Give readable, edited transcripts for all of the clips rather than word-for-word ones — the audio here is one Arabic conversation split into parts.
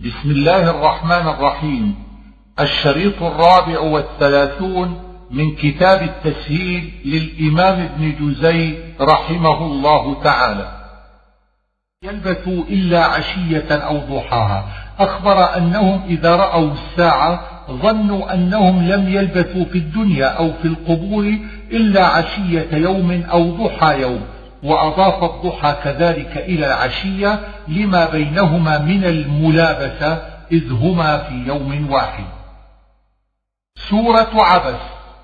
بسم الله الرحمن الرحيم. الشريط 34 من كتاب التسهيل للإمام ابن جزي رحمه الله تعالى. يلبثوا إلا عشية أو ضحاها. أخبر أنهم إذا رأوا الساعة ظنوا أنهم لم يلبثوا في الدنيا أو في القبور إلا عشية يوم أو ضحى يوم، وأضاف الضحى كذلك إلى العشية لما بينهما من الملابسة إذ هما في يوم واحد. سورة عبس.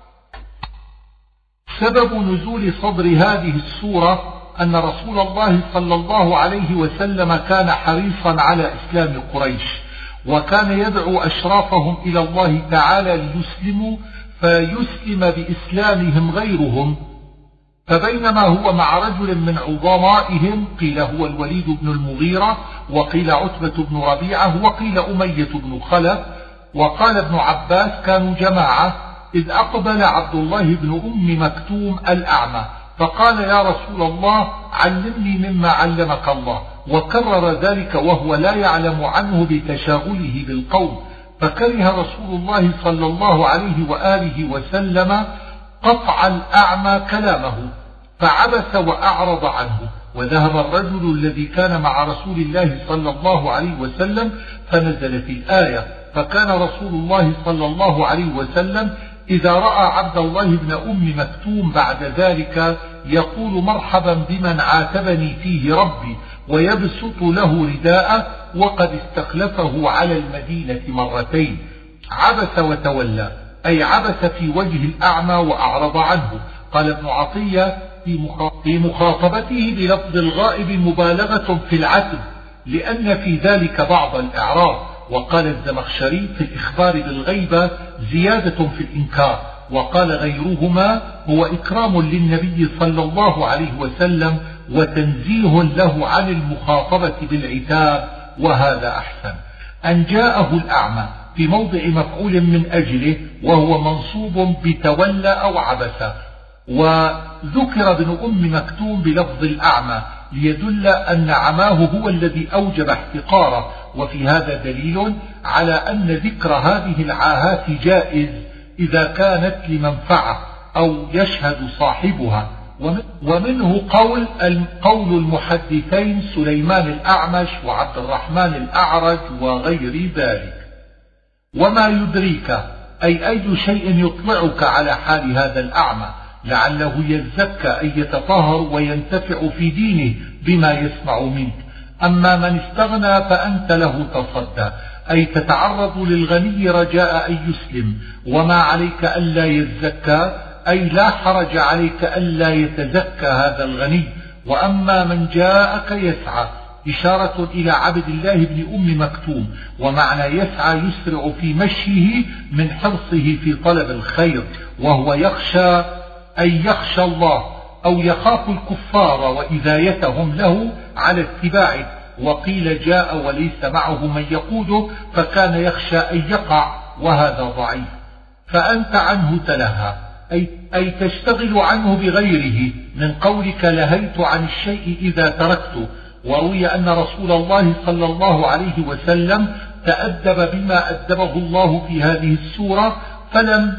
سبب نزول صدر هذه السورة أن رسول الله صلى الله عليه وسلم كان حريصا على إسلام قريش، وكان يدعو أشرافهم إلى الله تعالى ليسلموا فيسلم بإسلامهم غيرهم. فبينما هو مع رجل من عظمائهم، قيل هو الوليد بن المغيرة، وقيل عتبة بن ربيعة، وقيل أمية بن خلف، وقال ابن عباس كانوا جماعة، إذ أقبل عبد الله بن أم مكتوم الأعمى فقال يا رسول الله علمني مما علمك الله، وكرر ذلك وهو لا يعلم عنه بتشاغله بالقوم، فكره رسول الله صلى الله عليه وآله وسلم قطع الأعمى كلامه فعبس وأعرض عنه. وذهب الرجل الذي كان مع رسول الله صلى الله عليه وسلم فنزلت الآية، فكان رسول الله صلى الله عليه وسلم إذا رأى عبد الله بن أم مكتوم بعد ذلك يقول مرحبا بمن عاتبني فيه ربي، ويبسط له رداءه، وقد استخلفه على المدينة مرتين. عبس وتولى أي عبس في وجه الأعمى وأعرض عنه. قال ابن عطية في مخاطبته بلفظ الغائب مبالغة في العتب لأن في ذلك بعض الإعراض. وقال الزمخشري في الإخبار بالغيبة زيادة في الإنكار. وقال غيرهما هو إكرام للنبي صلى الله عليه وسلم وتنزيه له عن المخاطبة بالعتاب، وهذا أحسن. أن جاءه الأعمى في موضع مفعول من أجله، وهو منصوب بتولى أو عبس. وذكر ابن أم مكتوم بلفظ الأعمى ليدل أن عماه هو الذي أوجب احتقاره، وفي هذا دليل على أن ذكر هذه العاهات جائز إذا كانت لمنفعة أو يشهد صاحبها. ومنه قول المحدثين سليمان الأعمش وعبد الرحمن الأعرج وغير ذلك. وما يدريك أي شيء يطلعك على حال هذا الأعمى لعله يزكى أي يتطهر وينتفع في دينه بما يسمع منك. أما من استغنى فأنت له تصدى، أي تتعرض للغني رجاء أن يسلم. وما عليك ألا يزكى أي لا حرج عليك ألا يتزكى هذا الغني. وأما من جاءك يسعى إشارة إلى عبد الله بن أم مكتوم، ومعنى يسعى يسرع في مشيه من حرصه في طلب الخير، وهو يخشى أي يخشى الله أو يخاف الكفار وإذايتهم له على اتباعه. وقيل جاء وليس معه من يقوده فكان يخشى أن يقع، وهذا ضعيف. فأنت عنه تلهى أي تشتغل عنه بغيره، من قولك لهيت عن الشيء إذا تركته. وروي أن رسول الله صلى الله عليه وسلم تأدب بما أدبه الله في هذه السورة، فلم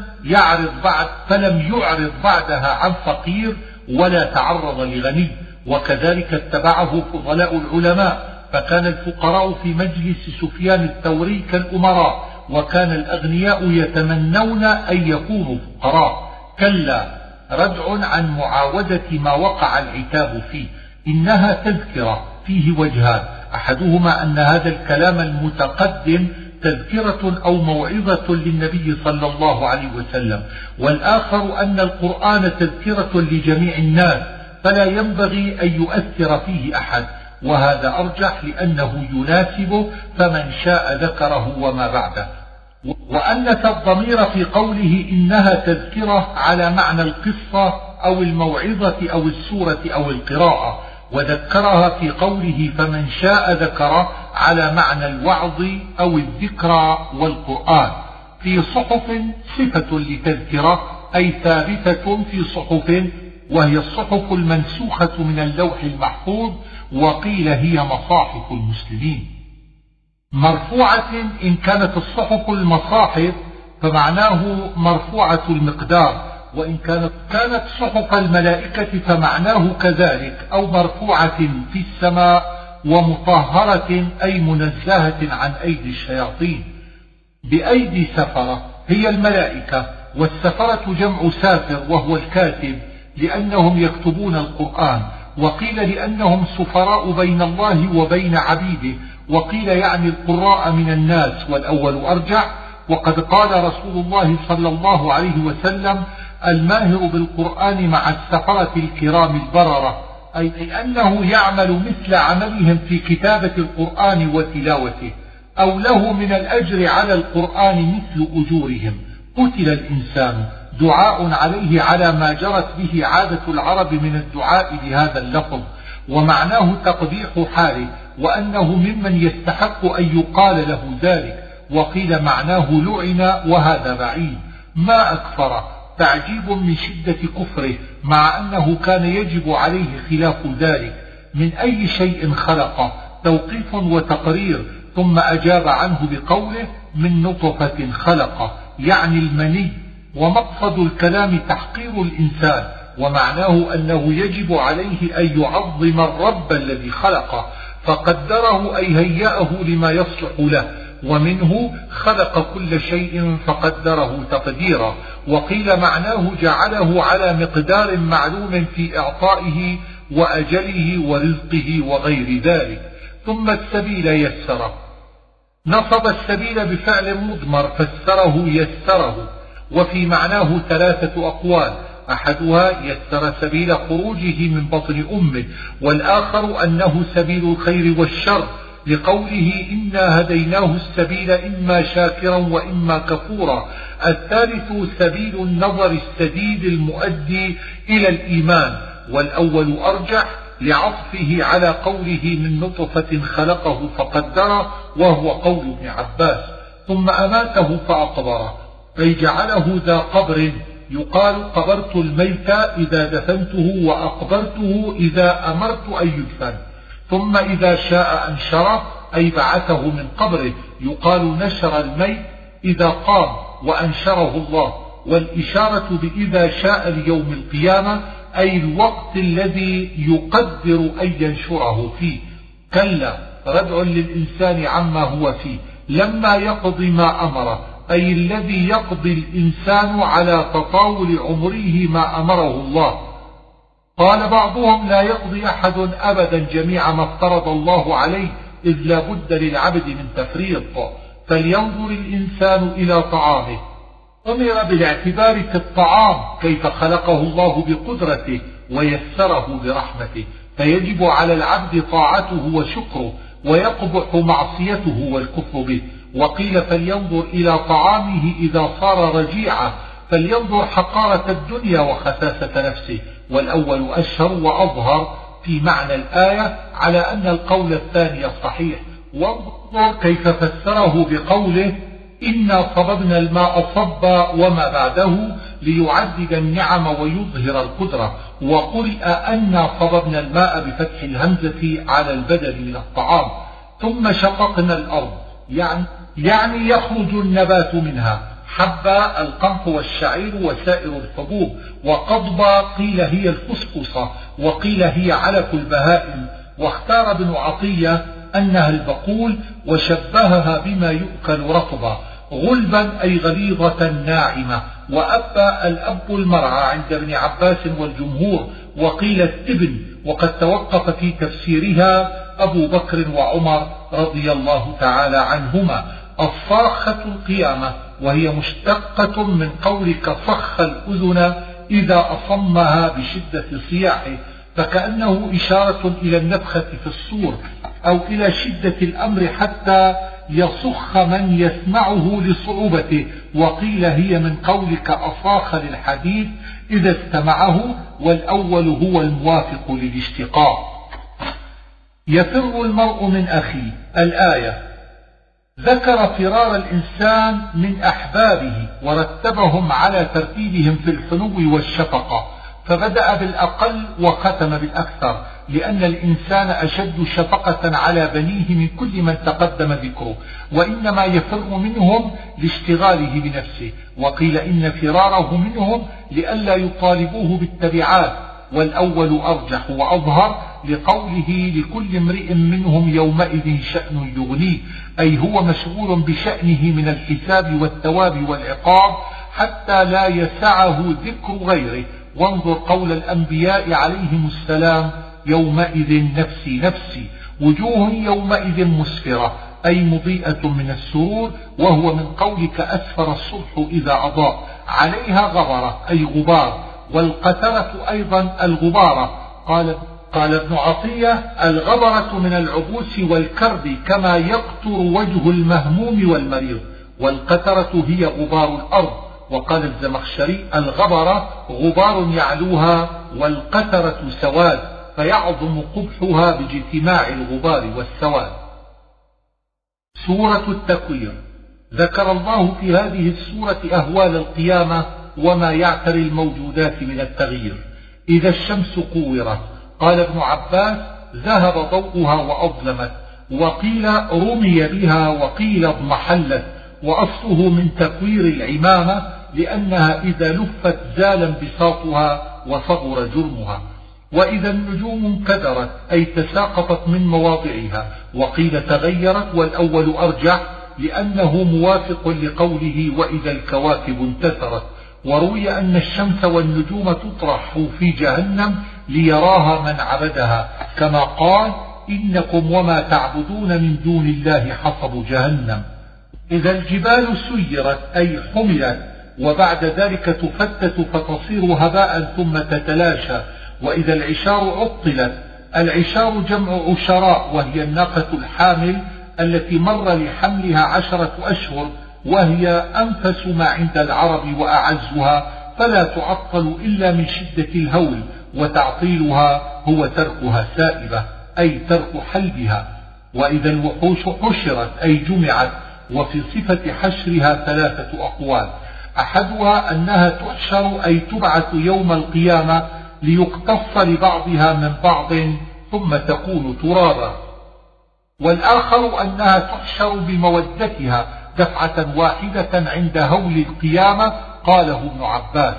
يعرض بعدها عن فقير ولا تعرض لغني. وكذلك اتبعه فضلاء العلماء، فكان الفقراء في مجلس سفيان الثوري كالأمراء، وكان الأغنياء يتمنون أن يكونوا فقراء. كلا ردع عن معاودة ما وقع العتاب فيه. إنها تذكرة فيه وجهان، أحدهما أن هذا الكلام المتقدم تذكرة أو موعظة للنبي صلى الله عليه وسلم، والآخر أن القرآن تذكرة لجميع الناس فلا ينبغي أن يؤثر فيه أحد، وهذا أرجح لأنه يناسبه، فمن شاء ذكره وما بعده. وأنث الضمير في قوله إنها تذكرة على معنى القصة أو الموعظة أو السورة أو القراءة، وذكرها في قوله فمن شاء ذكره على معنى الوعظ أو الذكرى والقرآن. في صحف صفة لتذكرة أي ثابتة في صحف، وهي الصحف المنسوخة من اللوح المحفوظ، وقيل هي مصاحف المسلمين. مرفوعة إن كانت الصحف المصاحف فمعناه مرفوعة المقدار، وإن كانت صحف الملائكة فمعناه كذلك، أو مرفوعة في السماء ومطهرة أي منزهة عن أيدي الشياطين. بأيدي سفرة هي الملائكة، والسفرة جمع سافر وهو الكاتب لأنهم يكتبون القرآن، وقيل لأنهم سفراء بين الله وبين عبيده، وقيل يعني القراء من الناس، والأول أرجع. وقد قال رسول الله صلى الله عليه وسلم: الماهر بالقرآن مع السفرة الكرام البررة، أي أنه يعمل مثل عملهم في كتابة القرآن وتلاوته، أو له من الأجر على القرآن مثل أجورهم. قتل الإنسان دعاء عليه على ما جرت به عادة العرب من الدعاء بهذا اللفظ، ومعناه تقبيح حاله، وأنه ممن يستحق أن يقال له ذلك. وقيل معناه لعن، وهذا بعيد. ما أكفر، تعجيب من شدة كفره، مع أنه كان يجب عليه خلاف ذلك. من أي شيء خلق، توقيف وتقرير، ثم أجاب عنه بقوله: من نطفة خلق، يعني المني. ومقصد الكلام تحقير الإنسان، ومعناه أنه يجب عليه أن يعظم الرب الذي خلقه، فقدره أي هيأه لما يصلح له، ومنه خلق كل شيء فقدره تقديرا. وقيل معناه جعله على مقدار معلوم في إعطائه وأجله ورزقه وغير ذلك. ثم السبيل يسره، نصب السبيل بفعل مضمر فسره يسره، وفي معناه ثلاثة أقوال: أحدها يسر سبيل خروجه من بطن أمه، والآخر أنه سبيل الخير والشر، لقوله: إنا هديناه السبيل إما شاكرا وإما كفورا. الثالث سبيل النظر السديد المؤدي إلى الإيمان، والأول أرجح لعطفه على قوله: من نطفة خلقه فقدره، وهو قول ابن عباس. ثم أماته فأقبره، أي جعله ذا قبر، يقال: قبرت الميت إذا دفنته، وأقبرته إذا أمرت أن يدفن. ثم إذا شاء أنشره، أي بعثه من قبره، يقال: نشر الميت إذا قام، وأنشره الله. والإشارة بإذا شاء ليوم القيامة، أي الوقت الذي يقدر أن ينشره فيه. كلا ردع للإنسان عما هو فيه، لما يقضي ما أمره، أي الذي يقضي الإنسان على تطاول عمره ما أمره الله. قال بعضهم: لا يقضي أحد أبدا جميع ما افترض الله عليه، إذ لا بد للعبد من تفريط. فلينظر الإنسان إلى طعامه، أمر بالاعتبار في الطعام كيف خلقه الله بقدرته ويسره برحمته، فيجب على العبد طاعته وشكره، ويقبح معصيته والكفر به. وقيل: فلينظر إلى طعامه إذا صار رجيعا، فلينظر حقارة الدنيا وخساسة نفسه. والأول أشهر وأظهر في معنى الآية، على أن القول الثاني صحيح. وانظر كيف فسره بقوله: إنا صببنا الماء صبا، وما بعده ليعدد النعم ويظهر القدرة. وقرئ أنا صببنا الماء بفتح الهمزة على البدل من الطعام. ثم شققنا الأرض، يعني يخرج النبات منها، حبا القمح والشعير وسائر الحبوب. وقضبا قيل هي الخسقصة، وقيل هي علف البهائم. واختار ابن عطية أنها البقول، وشبهها بما يؤكل رطبا. غلبا أي غليظة ناعمة. وأبا الأب المرعى عند ابن عباس والجمهور، وقيل التبن، وقد توقف في تفسيرها أبو بكر وعمر رضي الله تعالى عنهما. الصاخة القيامة، وهي مشتقة من قولك صخ الأذن إذا أصمها بشدة صياحه، فكأنه إشارة إلى النفخة في الصور، أو إلى شدة الأمر حتى يصخ من يسمعه لصعوبته. وقيل هي من قولك أصاخ للحديد إذا استمعه، والأول هو الموافق للاشتقاق. يفر المرء من أخيه، الآية ذكر فرار الإنسان من أحبابه، ورتبهم على ترتيبهم في الحنو والشفقة، فبدأ بالأقل وختم بالأكثر، لأن الإنسان أشد شفقة على بنيه من كل من تقدم ذكره، وإنما يفر منهم لاشتغاله بنفسه، وقيل إن فراره منهم لئلا يطالبوه بالتبعات، والأول أرجح وأظهر لقوله لكل امرئ منهم يومئذ شأن يغنيه، أي هو مشغول بشأنه من الحساب والثواب والعقاب حتى لا يسعه ذكر غيره. وانظر قول الأنبياء عليهم السلام: يومئذ نفسي نفسي. وجوه يومئذ مسفرة، أي مضيئة من السرور، وهو من قولك أسفر الصبح إذا أضاء. عليها غبرة أي غبار، والقترة أيضا الغبارة. قال ابن عطية: الغبرة من العبوس والكرب كما يقطر وجه المهموم والمريض، والقترة هي غبار الأرض. وقال الزمخشري: الغبرة غبار يعلوها، والقترة سواد، فيعظم قبحها باجتماع الغبار والسواد. سورة التكوير. ذكر الله في هذه السورة أهوال القيامة وما يعتري الموجودات من التغيير. إذا الشمس كورت، قال ابن عباس: ذهب ضوءها وأظلمت، وقيل رمي بها، وقيل اضمحلت، وأصله من تكوير العمامة، لأنها إذا لفت زال انبساطها وصغر جرمها. وإذا النجوم انكدرت، أي تساقطت من مواضعها، وقيل تغيرت، والأول أرجح لأنه موافق لقوله: وإذا الكواكب انتثرت. وروي أن الشمس والنجوم تطرح في جهنم ليراها من عبدها، كما قال: إنكم وما تعبدون من دون الله حصب جهنم. إذا الجبال سيرت، أي حملت، وبعد ذلك تفتت فتصير هباء ثم تتلاشى. وإذا العشار عطلت، العشار جمع عشراء، وهي الناقة الحامل التي مر لحملها 10 أشهر، وهي أنفس ما عند العرب وأعزها، فلا تعطل إلا من شدة الهول، وتعطيلها هو تركها سائبة، أي ترك حلبها. وإذا الوحوش حشرت، أي جمعت، وفي صفة حشرها 3 أقوال: أحدها أنها تحشر، أي تبعث يوم القيامة ليقتص لبعضها من بعض ثم تكون ترابا، والآخر أنها تحشر بمودتها دفعة واحدة عند هول القيامة، قاله ابن عباس.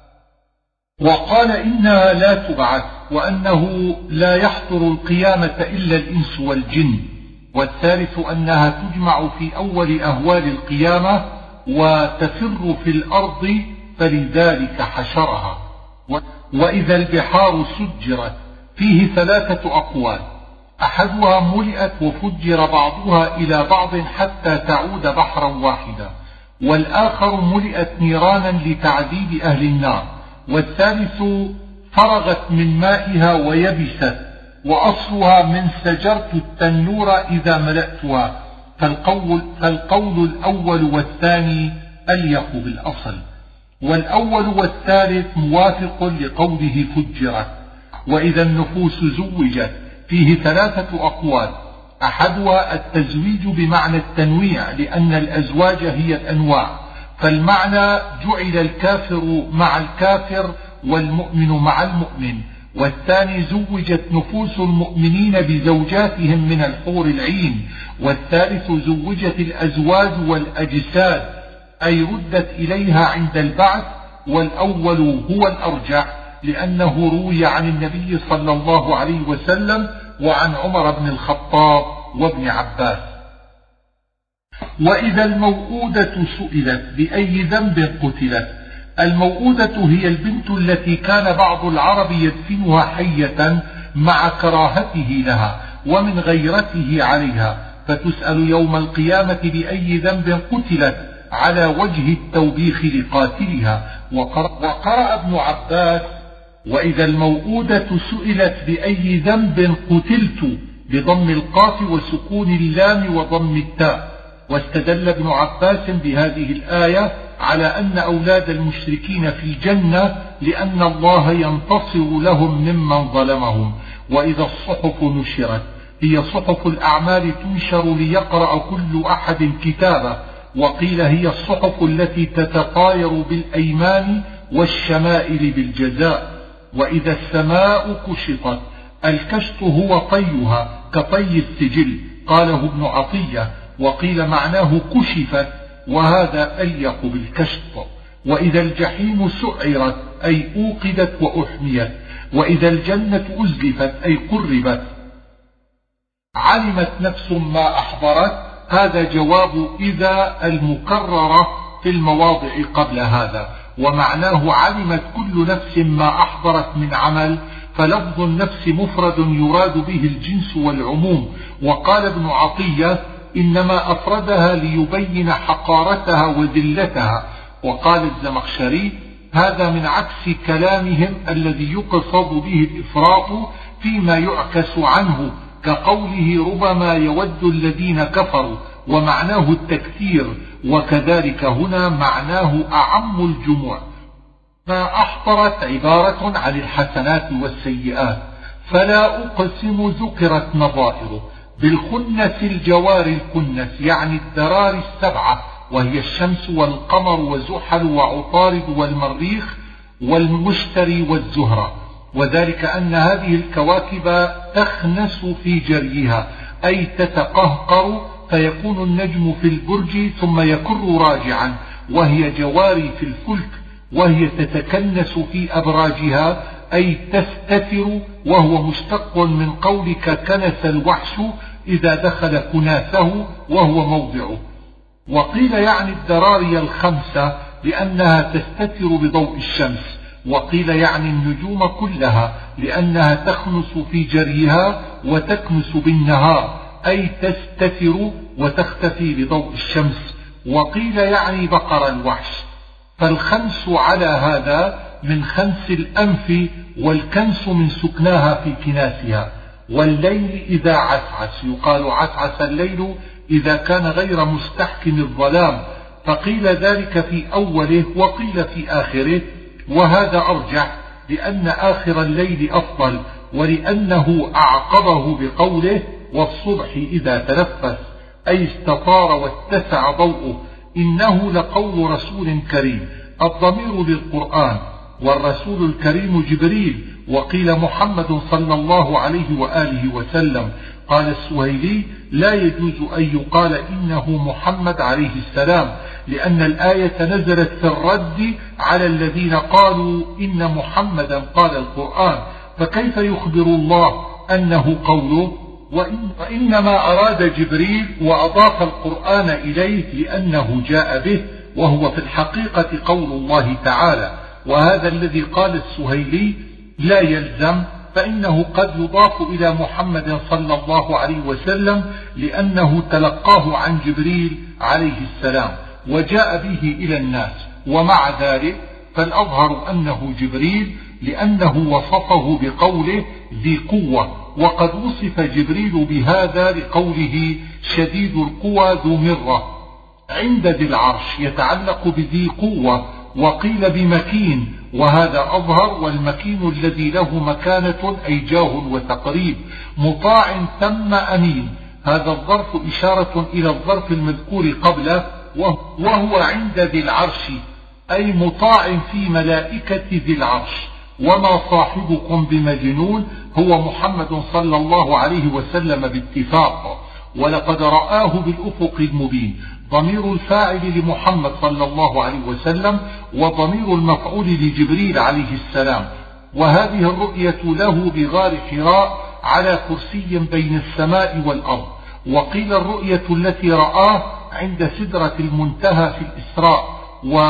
وقال: إنها لا تبعث، وأنه لا يحضر القيامة إلا الإنس والجن. والثالث أنها تجمع في أول أهوال القيامة وتفر في الأرض، فلذلك حشرها. وإذا البحار سجرت، فيه 3 أقوال: أحدها ملئت وفجر بعضها إلى بعض حتى تعود بحرا واحدا، والآخر ملئت نيرانا لتعذيب أهل النار، والثالث فرغت من مائها ويبست، وأصلها من سجرت التنور إذا ملأتها، فالقول الأول والثاني أليق بالأصل، والأول والثالث موافق لقوله فجرت. وإذا النفوس زوجت، فيه 3 أقوال: أحدها التزويج بمعنى التنويع، لأن الأزواج هي الأنواع، فالمعنى جعل الكافر مع الكافر والمؤمن مع المؤمن. والثاني زوجت نفوس المؤمنين بزوجاتهم من الحور العين. والثالث زوجت الأزواج والأجساد، أي ردت إليها عند البعث. والأول هو الأرجح، لأنه روي عن النبي صلى الله عليه وسلم وعن عمر بن الخطاب وابن عباس. وإذا الموءودة سئلت: بأي ذنب قتلت؟ الموءودة هي البنت التي كان بعض العرب يدفنها حية مع كراهته لها ومن غيرته عليها، فتسأل يوم القيامة بأي ذنب قتلت، على وجه التوبيخ لقاتلها. وقرأ ابن عباس: وإذا الموءودة سئلت بأي ذنب قتلت، بضم القاف وسكون اللام وضم التاء. واستدل ابن عباس بهذه الآية على أن أولاد المشركين في الجنة، لأن الله ينتصر لهم ممن ظلمهم. وإذا الصحف نشرت، هي صحف الأعمال تنشر ليقرأ كل أحد كتابه. وقيل هي الصحف التي تتطاير بالأيمان والشمائل بالجزاء. وإذا السماء كشطت. الكشط هو طيها كطي السجل، قاله ابن عطية، وقيل معناه كشفت، وهذا أليق بالكشط. وإذا الجحيم سعرت أي أوقدت وأحميت. وإذا الجنة أزلفت أي قربت. علمت نفس ما أحضرت، هذا جواب إذا المكررة في المواضع قبل هذا، ومعناه علمت كل نفس ما أحضرت من عمل، فلفظ النفس مفرد يراد به الجنس والعموم. وقال ابن عطية إنما أفردها ليبين حقارتها وذلتها. وقال الزمخشري هذا من عكس كلامهم الذي يقصد به الإفراط فيما يعكس عنه، كقوله ربما يود الذين كفروا، ومعناه التكثير، وكذلك هنا معناه أعم الجموع. ما أحضرت عبارة عن الحسنات والسيئات. فلا أقسم ذكرت نظائره بالخنس الجوار الكنس، يعني الدرار السبعة، وهي الشمس والقمر وزحل وعطارد والمريخ والمشتري والزهرة. وذلك أن هذه الكواكب تخنس في جريها أي تتقهقر، فيكون النجم في البرج ثم يكر راجعا، وهي جواري في الفلك، وهي تتكنس في أبراجها أي تستتر، وهو مشتق من قولك كنس الوحش إذا دخل كناسه وهو موضعه. وقيل يعني الدراري الخمسة لأنها تستتر بضوء الشمس، وقيل يعني النجوم كلها لأنها تخنس في جريها وتكنس بالنهار أي تستتر وتختفي بضوء الشمس. وقيل يعني بقر الوحش. فالخنس على هذا من خنس الأنف، والكنس من سكناها في كناسها. والليل إذا عسعس، يقال عسعس الليل إذا كان غير مستحكم الظلام، فقيل ذلك في أوله وقيل في آخره، وهذا أرجح لأن آخر الليل أفضل، ولأنه أعقبه بقوله والصبح إذا تنفس أي استطار واتسع ضوءه. إنه لقول رسول كريم، الضمير للقرآن، والرسول الكريم جبريل، وقيل محمد صلى الله عليه وآله وسلم. قال السهيلي لا يجوز أن يقال إنه محمد عليه السلام، لأن الآية نزلت في الرد على الذين قالوا إن محمدا قال القرآن، فكيف يخبر الله أنه قوله؟ وإنما أراد جبريل وأضاف القرآن إليه لأنه جاء به، وهو في الحقيقة قول الله تعالى. وهذا الذي قال السهيلي لا يلزم، فإنه قد يضاف إلى محمد صلى الله عليه وسلم لأنه تلقاه عن جبريل عليه السلام وجاء به إلى الناس. ومع ذلك فالأظهر أنه جبريل لأنه وصفه بقوله ذي قوة، وقد وصف جبريل بهذا لقوله شديد القوى ذو مرة عند ذي العرش، يتعلق بذي قوة. وقيل بمكين، وهذا أظهر، والمكين الذي له مكانة أي جاه وتقريب، مطاع ثم أمين. هذا الظرف إشارة إلى الظرف المذكور قبله، وهو عند ذي العرش أي مطاع في ملائكة ذي العرش. وما صاحبكم بمجنون هو محمد صلى الله عليه وسلم باتفاق، ولقد رآه بالأفق المبين. ضمير الفاعل لمحمد صلى الله عليه وسلم، وضمير المفعول لجبريل عليه السلام. وهذه الرؤية له بغار حراء على كرسي بين السماء والأرض. وقيل الرؤية التي رآه عند سدرة المنتهى في الإسراء.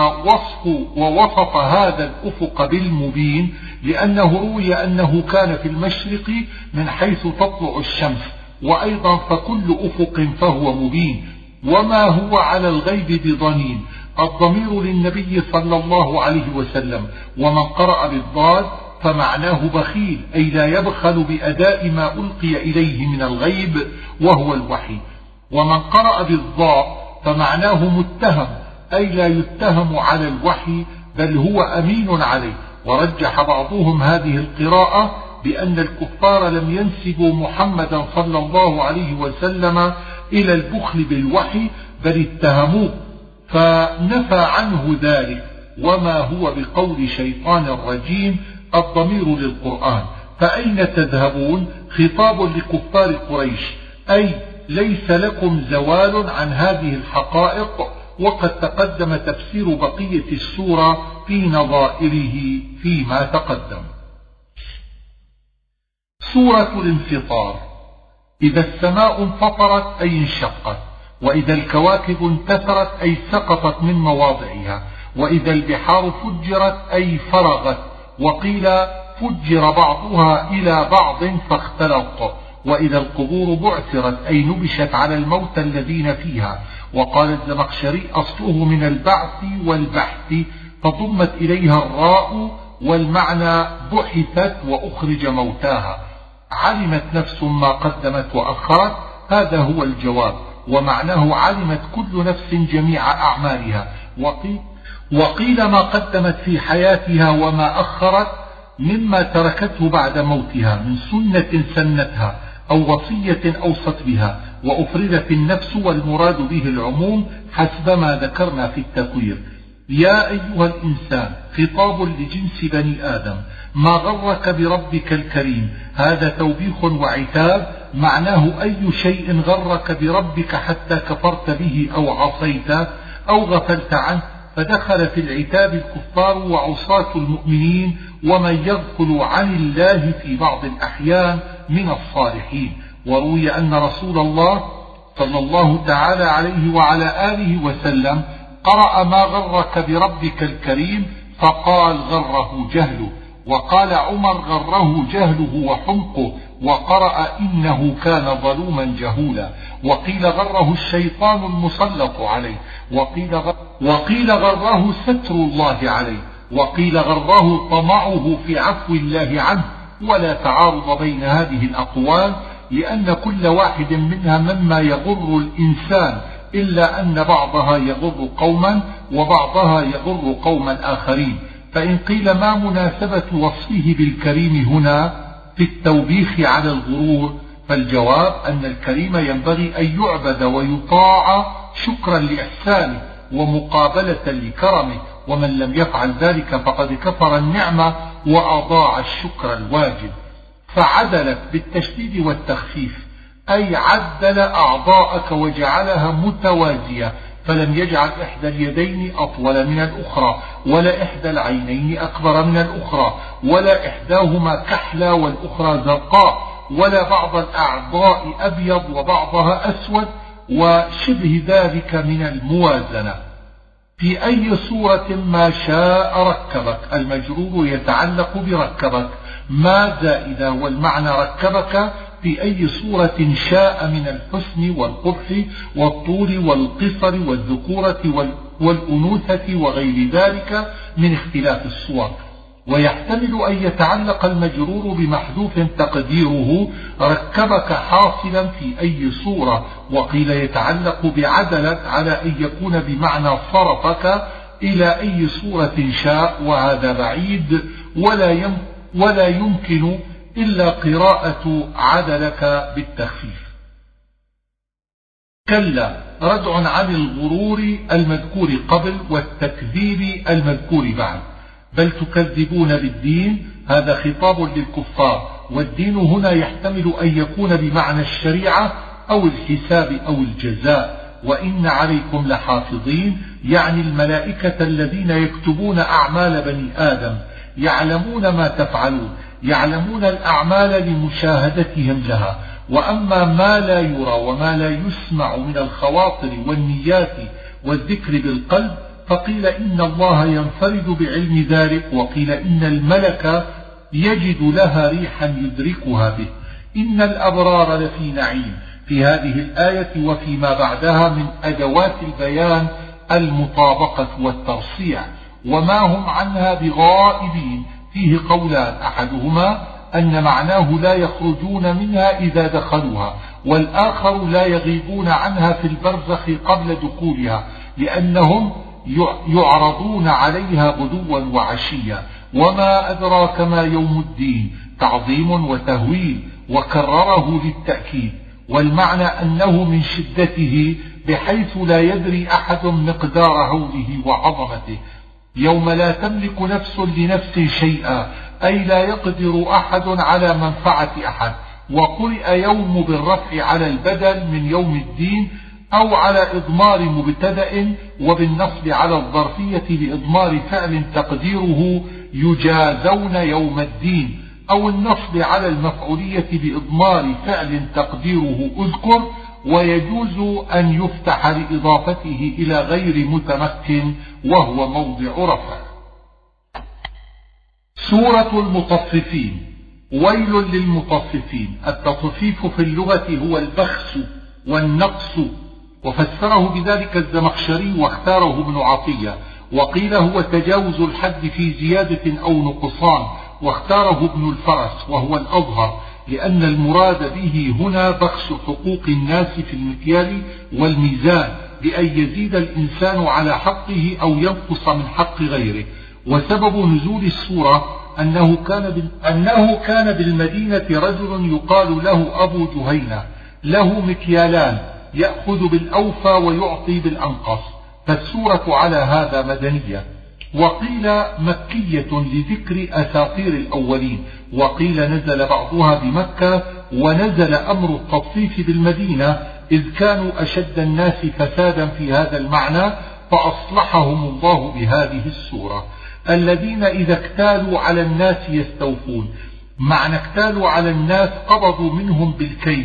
ووصف هذا الأفق بالمبين لأنه روي أنه كان في المشرق من حيث تطلع الشمس، وأيضا فكل أفق فهو مبين. وما هو على الغيب بضنين، الضمير للنبي صلى الله عليه وسلم. ومن قرأ بالضاد فمعناه بخيل، أي لا يبخل بأداء ما ألقي إليه من الغيب وهو الوحي. ومن قرأ بالضاء فمعناه متهم، أي لا يتهم على الوحي بل هو أمين عليه. ورجح بعضهم هذه القراءة بأن الكفار لم ينسبوا محمدا صلى الله عليه وسلم إلى البخل بالوحي بل اتهموه، فنفى عنه ذلك. وما هو بقول شيطان رجيم الضمير للقرآن، فأين تذهبون؟ خطاب لكفار قريش، أي ليس لكم زوال عن هذه الحقائق، وقد تقدم تفسير بقية السورة في نظائره فيما تقدم. سورة الانفطار. إذا السماء انفطرت أي انشقت، وإذا الكواكب انتثرت أي سقطت من مواضعها، وإذا البحار فجرت أي فرغت، وقيل فجر بعضها إلى بعض فاختلط، وإذا القبور بعثرت أي نبشت على الموتى الذين فيها. وقال الزمخشري أصله من البعث والبحث فضمت إليها الراء، والمعنى بحثت وأخرج موتاها. علمت نفس ما قدمت وأخرت، هذا هو الجواب، ومعناه علمت كل نفس جميع أعمالها. وقيل ما قدمت في حياتها وما أخرت مما تركته بعد موتها من سنة سنتها أو وصية أوصت بها، وأفردت النفس، والمراد به العموم حسب ما ذكرنا في التطوير. يا أيها الإنسان خطاب لجنس بني آدم، ما غرك بربك الكريم، هذا توبيخ وعتاب، معناه أي شيء غرك بربك حتى كفرت به أو عصيته أو غفلت عنه، فدخل في العتاب الكفار وعصاة المؤمنين ومن يغفل عن الله في بعض الأحيان من الصالحين. وروي أن رسول الله صلى الله تعالى عليه وعلى آله وسلم قرأ ما غرك بربك الكريم فقال غره جهله، وقال عمر غره جهله وحمقه، وقرأ إنه كان ظلوما جهولا، وقيل غره الشيطان المسلط عليه، وقيل غره ستر الله عليه، وقيل غره طمعه في عفو الله عنه. ولا تعارض بين هذه الأقوال، لأن كل واحد منها مما يغر الإنسان، إلا أن بعضها يغر قوما وبعضها يغر قوما آخرين. فإن قيل ما مناسبة وصفه بالكريم هنا في التوبيخ على الغرور، فالجواب أن الكريم ينبغي أن يعبد ويطاع شكرا لإحسانه ومقابلة لكرمه، ومن لم يفعل ذلك فقد كفر النعمة وأضاع الشكر الواجب. فعدلت بالتشديد والتخفيف، أي عدل أعضاءك وجعلها متوازية، فلم يجعل إحدى اليدين أطول من الأخرى، ولا إحدى العينين أكبر من الأخرى، ولا إحداهما كحلى والأخرى زرقاء، ولا بعض الأعضاء أبيض وبعضها أسود، وشبه ذلك من الموازنة. في أي صورة ما شاء ركبك، المجرور يتعلق بركبك، ما زائدة، والمعنى ركبك في أي صورة شاء من الحسن والقبح والطول والقصر والذكورة والأنوثة وغير ذلك من اختلاف الصور. ويحتمل أن يتعلق المجرور بمحذوف تقديره ركبك حاصلا في أي صورة، وقيل يتعلق بعدلت على أن يكون بمعنى صرفك إلى أي صورة شاء، وهذا بعيد ولا يمكن إلا قراءة عدلك بالتخفيف. كلا ردع عن الغرور المذكور قبل والتكذيب المذكور بعد، بل تكذبون بالدين، هذا خطاب للكفار، والدين هنا يحتمل أن يكون بمعنى الشريعة أو الحساب أو الجزاء. وإن عليكم لحافظين، يعني الملائكة الذين يكتبون أعمال بني آدم، يعلمون ما تفعلون، يعلمون الأعمال لمشاهدتهم لها. وأما ما لا يرى وما لا يسمع من الخواطر والنيات والذكر بالقلب، فقيل إن الله ينفرد بعلم ذلك، وقيل إن الملك يجد لها ريحا يدركها به. إن الأبرار لفي نعيم، في هذه الآية وفيما بعدها من أدوات البيان المطابقة والترصيع، وما هم عنها بغائبين فيه قولان، أحدهما أن معناه لا يخرجون منها إذا دخلوها، والآخر لا يغيبون عنها في البرزخ قبل دخولها، لأنهم يعرضون عليها غدوا وعشيا. وما أدراك ما يوم الدين، تعظيم وتهويل، وكرره للتأكيد، والمعنى أنه من شدته بحيث لا يدري أحد مقدار هوله وعظمته. يوم لا تملك نفس لنفس شيئا، أي لا يقدر أحد على منفعة أحد. وقرئ يوم بالرفع على البدل من يوم الدين أو على إضمار مبتدأ، وبالنصب على الظرفية بإضمار فعل تقديره يجازون يوم الدين، أو النصب على المفعولية بإضمار فعل تقديره أذكر، ويجوز أن يفتح لإضافته إلى غير متمكن وهو موضع رفع. سورة المطففين. ويل للمطففين. التطفيف في اللغة هو البخس والنقص، وفسره بذلك الزمخشري واختاره ابن عطية، وقيل هو تجاوز الحد في زيادة أو نقصان، واختاره ابن الفرس وهو الأظهر، لأن المراد به هنا بخس حقوق الناس في المكيال والميزان، بأن يزيد الإنسان على حقه أو ينقص من حق غيره. وسبب نزول السورة أنه كان بالمدينة رجل يقال له أبو جهينة، له مكيالان، يأخذ بالأوفى ويعطي بالأنقص، فالسورة على هذا مدنية. وقيل مكية لذكر أساطير الأولين، وقيل نزل بعضها بمكة، ونزل أمر التطفيف بالمدينة إذ كانوا أشد الناس فسادا في هذا المعنى، فأصلحهم الله بهذه السورة. الذين إذا اكتالوا على الناس يستوفون. معنى اكتالوا على الناس قبضوا منهم بالكيل،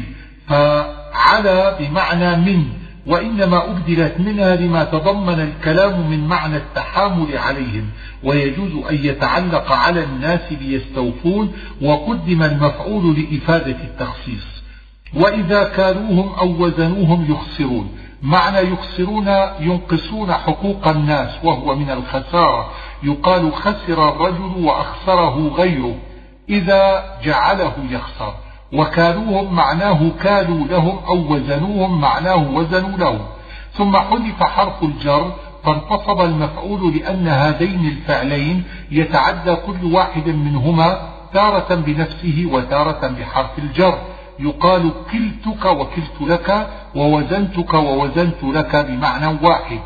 فعلى بمعنى من، وإنما أبدلت منها لما تضمن الكلام من معنى التحامل عليهم، ويجوز أن يتعلق على الناس ليستوفون، وقدم المفعول لإفادة التخصيص. وإذا كالوهم أو وزنوهم يخسرون. معنى يخسرون ينقصون حقوق الناس، وهو من الخسارة، يقال خسر الرجل وأخسره غيره إذا جعله يخسر. وكالوهم معناه كالوا لهم، أو وزنوهم معناه وزنوا لهم. ثم حذف حرف الجر فانتصب المفعول، لأن هذين الفعلين يتعدى كل واحد منهما تارة بنفسه وتارة بحرف الجر. يقال كلتك وكلت لك، ووزنتك ووزنت لك بمعنى واحد.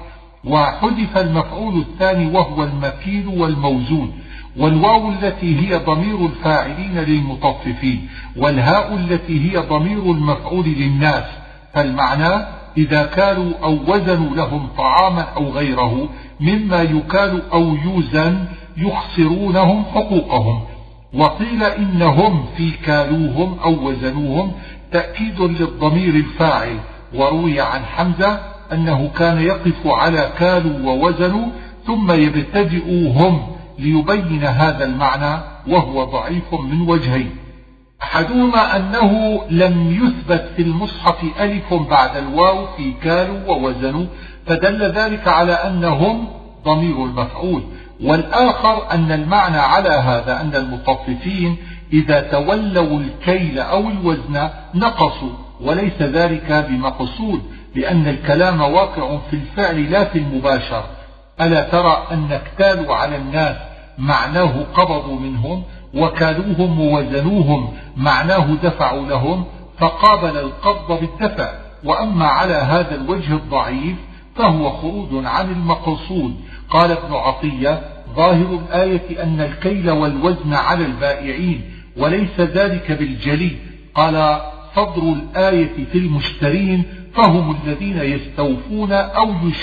وحذف المفعول الثاني وهو المكيل والموزون، والواو التي هي ضمير الفاعلين للمطففين، والهاء التي هي ضمير المفعول للناس، فالمعنى إذا كالوا أو وزنوا لهم طعاما أو غيره مما يكال أو يوزن يخسرونهم حقوقهم. وقيل إنهم في كالوهم أو وزنوهم تأكيد للضمير الفاعل. وروي عن حمزة أنه كان يقف على كالوا ووزنوا ثم يبتدئوهم ليبين هذا المعنى، وهو ضعيف من وجهين. أحدهما أنه لم يثبت في المصحف ألف بعد الواو في كالوا ووزنوا، فدل ذلك على أنهم ضمير المفعول. والآخر أن المعنى على هذا أن المطففين إذا تولوا الكيل أو الوزن نقصوا، وليس ذلك بمقصود، لأن الكلام واقع في الفعل لا في المباشر. ألا ترى أن اكتالوا على الناس معناه قبضوا منهم، وكالوهم ووزنوهم معناه دفعوا لهم، فقابل القبض بالدفع. وأما على هذا الوجه الضعيف فهو خروج عن المقصود. قال ابن عطية ظاهر الآية أن الكيل والوزن على البائعين، وليس ذلك بالجلي. قال صدر الآية في المشترين، فهم الذين يستوفون أو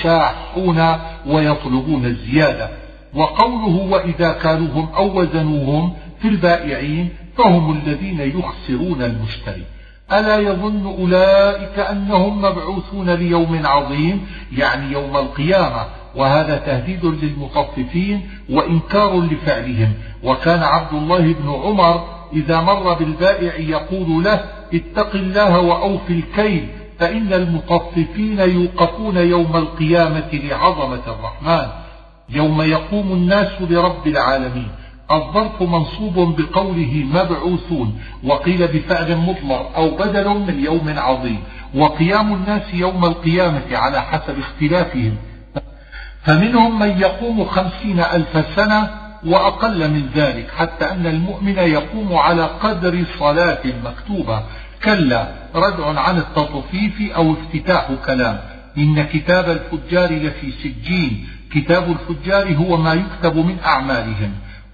يشاحون ويطلبون الزيادة. وقوله وإذا كالوهم أو وزنوهم في البائعين، فهم الذين يخسرون المشتري. ألا يظن أولئك أنهم مبعوثون ليوم عظيم، يعني يوم القيامة، وهذا تهديد للمطففين وإنكار لفعلهم. وكان عبد الله بن عمر إذا مر بالبائع يقول له اتق الله وأوف الكيل، فإن المطففين يوقفون يوم القيامة لعظمة الرحمن، يوم يقوم الناس لرب العالمين. الظرف منصوب بقوله مبعوثون، وقيل بفعل مضمر أو بدل من يوم عظيم. وقيام الناس يوم القيامة على حسب اختلافهم، فمنهم من يقوم 50,000 سنة وأقل من ذلك، حتى أن المؤمن يقوم على قدر صلاة مكتوبة. كلا ردع عن التطفيف أو افتتاح كلام. إن كتاب الفجار لفي سجين. كتاب الفجار هو ما يكتب من أعمالهم.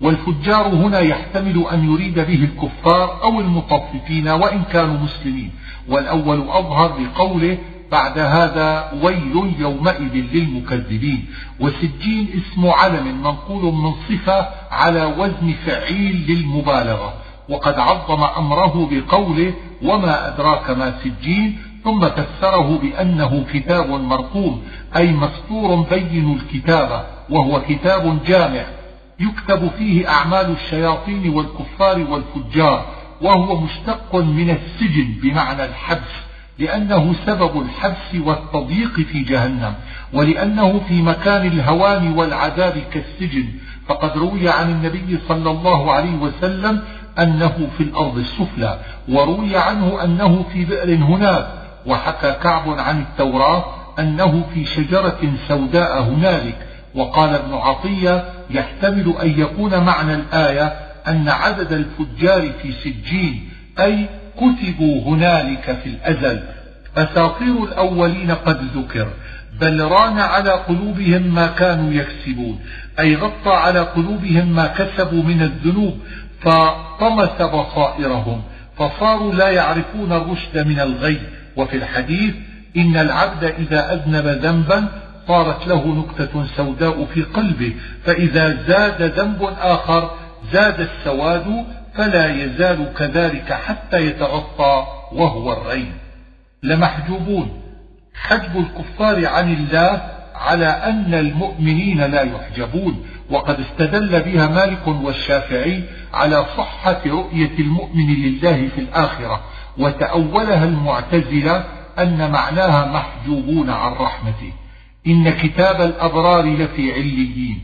والفجار هنا يحتمل أن يريد به الكفار أو المطففين وإن كانوا مسلمين، والأول أظهر بقوله بعد هذا ويل يومئذ للمكذبين. وسجين اسم علم منقول من صفة على وزن فعيل للمبالغة، وقد عظم أمره بقوله وما أدراك ما سجين، ثم فسره بأنه كتاب مرقوم أي مسطور بين الكتابة، وهو كتاب جامع يكتب فيه أعمال الشياطين والكفار والفجار، وهو مشتق من السجن بمعنى الحبس، لأنه سبب الحبس والتضييق في جهنم، ولأنه في مكان الهوان والعذاب كالسجن. فقد روي عن النبي صلى الله عليه وسلم أنه في الأرض السفلى، وروي عنه أنه في بئر هناك، وحكى كعب عن التوراة أنه في شجرة سوداء هنالك. وقال ابن عطية يحتمل أن يكون معنى الآية أن عدد الفجار في سجين أي كتبوا هنالك في الأزل. أساطير الأولين قد ذكر، بل ران على قلوبهم ما كانوا يكسبون، أي غطى على قلوبهم ما كسبوا من الذنوب فطمس بصائرهم فصاروا لا يعرفون الرشد من الغي. وفي الحديث إن العبد إذا أذنب ذنبا صارت له نكتة سوداء في قلبه، فإذا زاد ذنب آخر زاد السواد، فلا يزال كذلك حتى يتغطى وهو الرين. لمحجوبون، حجب الكفار عن الله على أن المؤمنين لا يحجبون، وقد استدل بها مالك والشافعي على صحة رؤية المؤمن لله في الآخرة، وتأولها المعتزلة أن معناها محجوبون عن رحمته. إن كتاب الأبرار لفي عليين.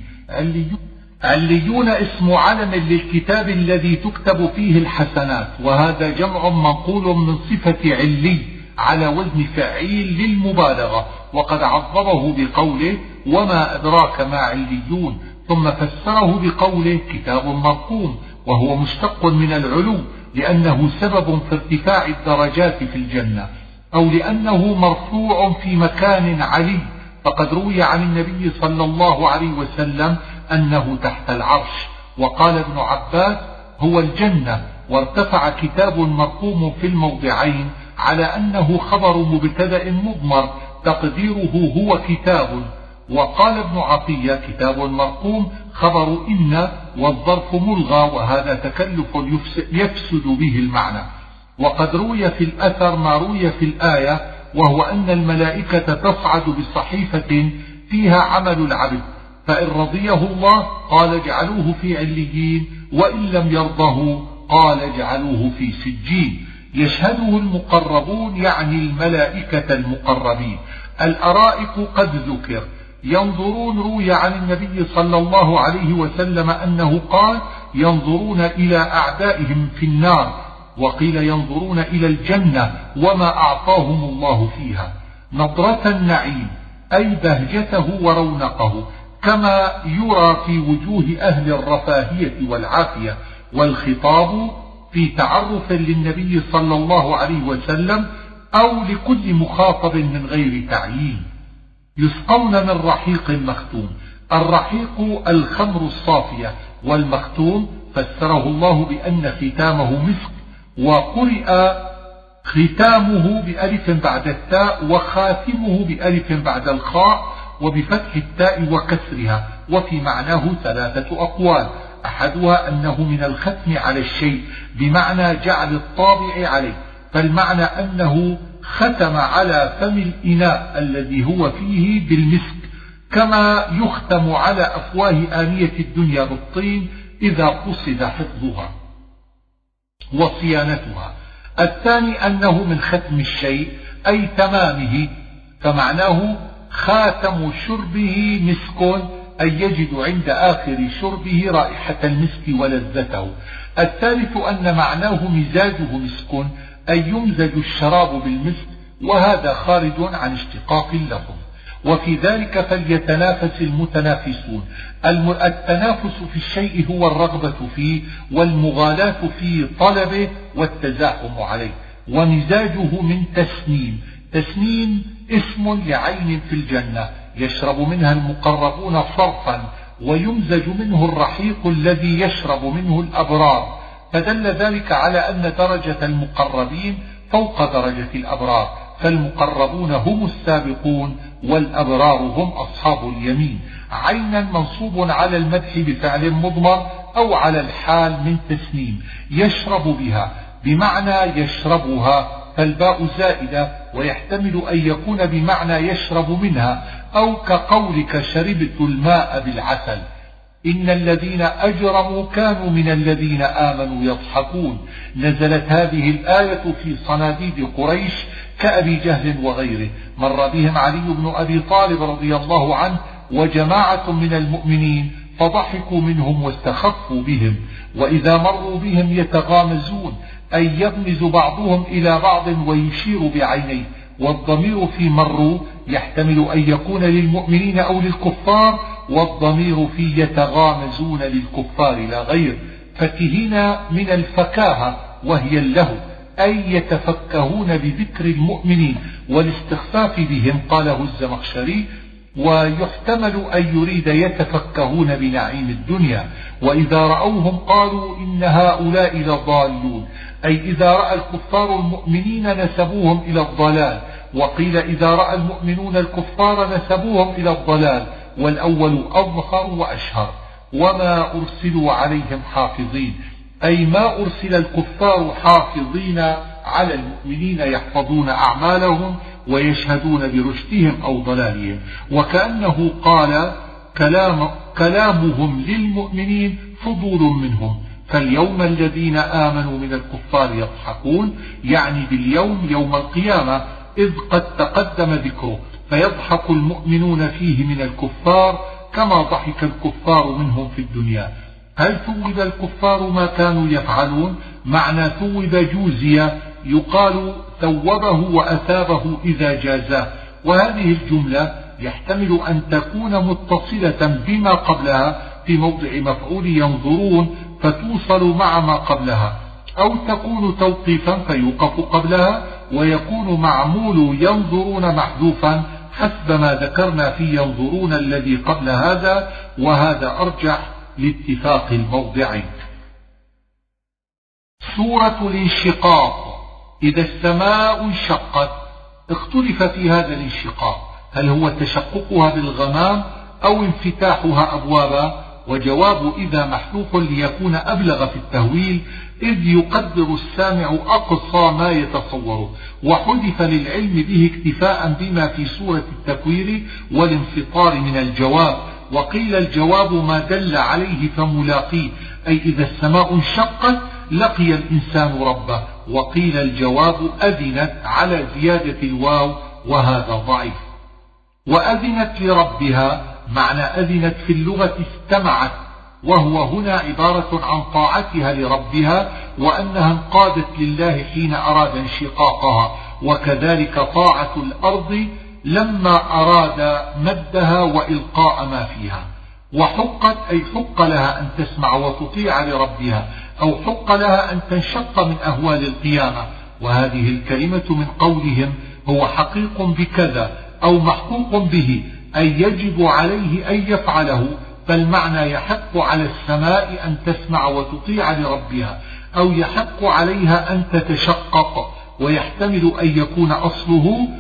عليون اسم علم للكتاب الذي تكتب فيه الحسنات، وهذا جمع منقول من صفة علي على وزن فعيل للمبالغة، وقد عظمه بقوله وما أدراك ما عليون، ثم فسره بقوله كتاب مرقوم، وهو مشتق من العلو لأنه سبب في ارتفاع الدرجات في الجنة، أو لأنه مرفوع في مكان علي. فقد روي عن النبي صلى الله عليه وسلم أنه تحت العرش. وقال ابن عباس هو الجنة، وارتفع كتاب مرقوم في الموضعين على أنه خبر مبتدأ مضمر تقديره هو كتاب. وقال ابن عطية كتاب مرقوم خبر إن، والظرف ملغى، وهذا تكلف يفسد به المعنى. وقد روي في الأثر ما روي في الآية، وهو أن الملائكة تصعد بصحيفة فيها عمل العبد، فإن رضيه الله قال اجعلوه في عليين، وإن لم يرضه قال اجعلوه في سجين. يشهده المقربون يعني الملائكة المقربين. الأرائك قد ذكر. ينظرون روي عن النبي صلى الله عليه وسلم أنه قال ينظرون إلى أعدائهم في النار، وقيل ينظرون إلى الجنة وما أعطاهم الله فيها. نظرة النعيم أي بهجته ورونقه، كما يرى في وجوه أهل الرفاهية والعافية. والخطاب في تعرف للنبي صلى الله عليه وسلم أو لكل مخاطب من غير تعيين. يسقون من رحيق مختوم. الرحيق الخمر الصافية، والمختوم فسره الله بأن ختامه مسك، وقرئ ختامه بألف بعد التاء، وخاتمه بألف بعد الخاء، وبفتح التاء وكسرها، وفي معناه ثلاثة أقوال. أحدها أنه من الختم على الشيء بمعنى جعل الطابع عليه، فالمعنى أنه ختم على فم الإناء الذي هو فيه بالمسك، كما يختم على أفواه آنية الدنيا بالطين إذا قصد حفظها وصيانتها. الثاني أنه من ختم الشيء أي تمامه، فمعناه خاتم شربه مسك، أي يجد عند آخر شربه رائحة المسك ولذته. الثالث أن معناه مزاجه مسك، أي يمزج الشراب بالمسك، وهذا خارج عن اشتقاق اللفظ. وفي ذلك فليتنافس المتنافسون. التنافس في الشيء هو الرغبة فيه والمغالاة في طلبه والتزاحم عليه. ومزاجه من تسنيم. تسنيم اسم لعين في الجنة يشرب منها المقربون صرفا، ويمزج منه الرحيق الذي يشرب منه الأبرار، فدل ذلك على أن درجة المقربين فوق درجة الأبرار، فالمقربون هم السابقون والأبرار هم أصحاب اليمين. عينا منصوب على المدح بفعل مضمر أو على الحال من تسنيم. يشرب بها بمعنى يشربها، فالباء زائدة، ويحتمل أن يكون بمعنى يشرب منها، أو كقولك شربت الماء بالعسل. إن الذين أجرموا كانوا من الذين آمنوا يضحكون. نزلت هذه الآية في صناديد قريش كأبي جهل وغيره. مر بهم علي بن أبي طالب رضي الله عنه وجماعة من المؤمنين فضحكوا منهم واستخفوا بهم، وإذا مروا بهم يتغامزون، أي يغمز بعضهم إلى بعض ويشير بعينيه. والضمير في مروا يحتمل أن يكون للمؤمنين أو للكفار، والضمير في يتغامزون للكفار لا غير. فكهين من الفكاهة وهي اللهو، أي يتفكهون بذكر المؤمنين والاستخفاف بهم، قاله الزمخشري. ويحتمل أن يريد يتفكهون بنعيم الدنيا. وإذا رأوهم قالوا إن هؤلاء لضالون، أي إذا رأى الكفار المؤمنين نسبوهم إلى الضلال، وقيل إذا رأى المؤمنون الكفار نسبوهم إلى الضلال، والأول أظهر وأشهر. وما أرسلوا عليهم حافظين، أي ما أرسل الكفار حافظين على المؤمنين يحفظون أعمالهم ويشهدون برشدهم أو ضلالهم. وكأنه قال كلامهم للمؤمنين فضول منهم، فاليوم الذين آمنوا من الكفار يضحكون، يعني باليوم يوم القيامة، إذ قد تقدم ذكره، فيضحك المؤمنون فيه من الكفار كما ضحك الكفار منهم في الدنيا. هل ثوب الكفار ما كانوا يفعلون؟ معنى ثوب جوزية، يقال ثوبه وأثابه إذا جازاه. وهذه الجملة يحتمل أن تكون متصلة بما قبلها في موضع مفعول ينظرون فتوصل مع ما قبلها، أو تكون توقيفا فيوقف قبلها، ويكون معمول ينظرون محذوفا حسب ما ذكرنا في ينظرون الذي قبل هذا، وهذا أرجح لاتفاق الموضعين. سورة الانشقاق. إذا السماء انشقت، اختلف في هذا الانشقاق، هل هو تشققها بالغمام أو انفتاحها أبوابا؟ وجواب إذا محذوف ليكون أبلغ في التهويل، إذ يقدر السامع أقصى ما يتصوره، وحذف للعلم به اكتفاء بما في سورة التكوير والانفطار من الجواب. وقيل الجواب ما دل عليه فملاقيه، أي إذا السماء انشقت لقي الإنسان ربه. وقيل الجواب أذنت على زيادة الواو، وهذا ضعيف. وأذنت لربها معنى أذنت في اللغة استمعت، وهو هنا عبارة عن طاعتها لربها، وأنها انقادت لله حين أراد انشقاقها، وكذلك طاعة الأرض لما أراد مدها وإلقاء ما فيها. وحقت أي حق لها أن تسمع وتطيع لربها، أو حق لها أن تنشق من أهوال القيامة. وهذه الكلمة من قولهم هو حقيق بكذا أو محقوق به، أي يجب عليه أن يفعله، فالمعنى يحق على السماء أن تسمع وتطيع لربها، أو يحق عليها أن تتشقق. ويحتمل أن يكون أصله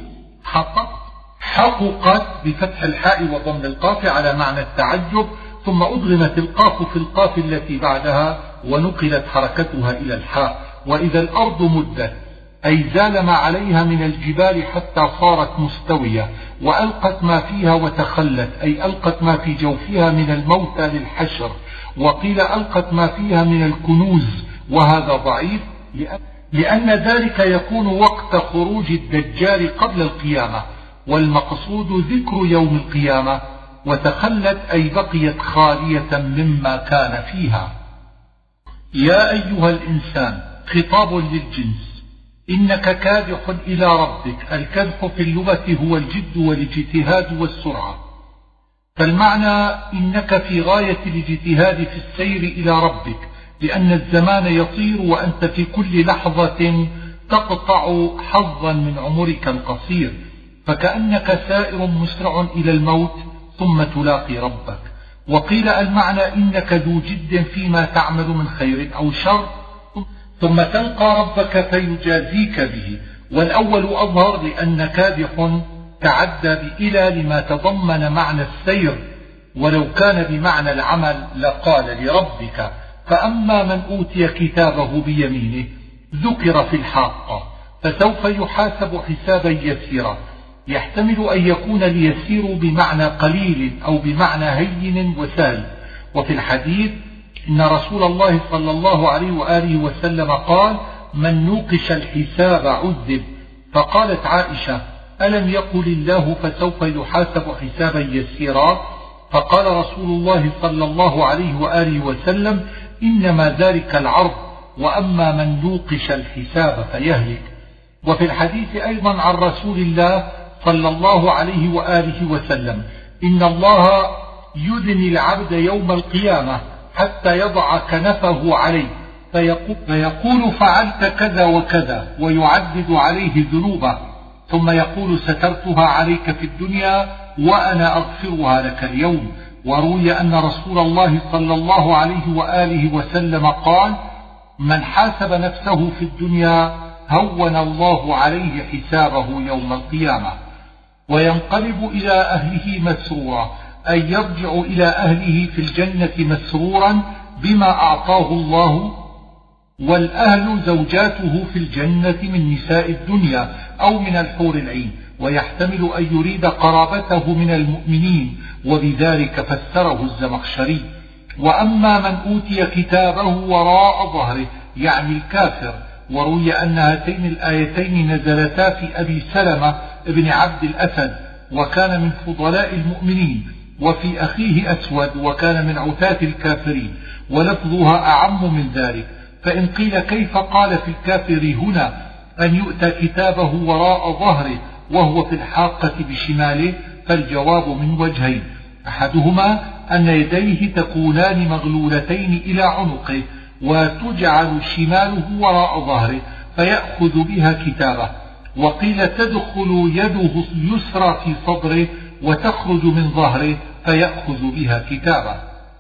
حققت بفتح الحاء وضم القاف على معنى التعجب، ثم أدغمت القاف في القاف التي بعدها ونقلت حركتها إلى الحاء. وإذا الأرض مدت أي زال ما عليها من الجبال حتى صارت مستوية، وألقت ما فيها وتخلت، أي ألقت ما في جوفها من الموتى للحشر. وقيل ألقت ما فيها من الكنوز، وهذا ضعيف لأن ذلك يكون وقت خروج الدجال قبل القيامة، والمقصود ذكر يوم القيامة. وتخلت أي بقيت خالية مما كان فيها. يا أيها الإنسان خطاب للجنس، إنك كادح إلى ربك. الكدح في اللغة هو الجد والاجتهاد والسرعة، فالمعنى إنك في غاية الاجتهاد في السير إلى ربك، لأن الزمان يطير وأنت في كل لحظة تقطع حظا من عمرك القصير، فكأنك سائر مسرع إلى الموت ثم تلاقي ربك. وقيل المعنى إنك ذو جد فيما تعمل من خير أو شر ثم تلقى ربك فيجازيك به. والأول أظهر لأن كادح تعدى بإلى لما تضمن معنى السير، ولو كان بمعنى العمل لقال لربك. فأما من أوتي كتابه بيمينه ذكر في الحاقة فسوف يحاسب حسابا يسيرا. يحتمل أن يكون ليسير بمعنى قليل أو بمعنى هين وسهل. وفي الحديث إن رسول الله صلى الله عليه وآله وسلم قال: من نوقش الحساب عذب. فقالت عائشة: ألم يقل الله فسوف يحاسب حسابا يسيرا؟ فقال رسول الله صلى الله عليه وآله وسلم: إنما ذلك العرض، وأما من نوقش الحساب فيهلك. وفي الحديث أيضا عن رسول الله صلى الله عليه وآله وسلم: إن الله يدني العبد يوم القيامة حتى يضع كنفه عليه فيقول فعلت كذا وكذا ويعدد عليه ذنوبه، ثم يقول سترتها عليك في الدنيا وأنا أغفرها لك اليوم. وروي أن رسول الله صلى الله عليه وآله وسلم قال: من حاسب نفسه في الدنيا هون الله عليه حسابه يوم القيامة. وينقلب إلى أهله مسرورا، أي يرجع إلى أهله في الجنة مسرورا بما أعطاه الله. والأهل زوجاته في الجنة من نساء الدنيا أو من الحور العين. ويحتمل أن يريد قرابته من المؤمنين، وبذلك فسره الزمخشري. وأما من أوتي كتابه وراء ظهره يعني الكافر. وروي أن هاتين الآيتين نزلتا في أبي سلمة ابن عبد الأسد، وكان من فضلاء المؤمنين، وفي أخيه أسود، وكان من عتاة الكافرين، ولفظها أعم من ذلك. فإن قيل كيف قال في الكافر هنا أن يؤتى كتابه وراء ظهره وهو في الحاقة بشماله؟ فالجواب من وجهين: أحدهما أن يديه تكونان مغلولتين إلى عنقه وتجعل شماله وراء ظهره فيأخذ بها كتابه. وقيل تدخل يده اليسرى في صدره وتخرج من ظهره فيأخذ بها كتابه.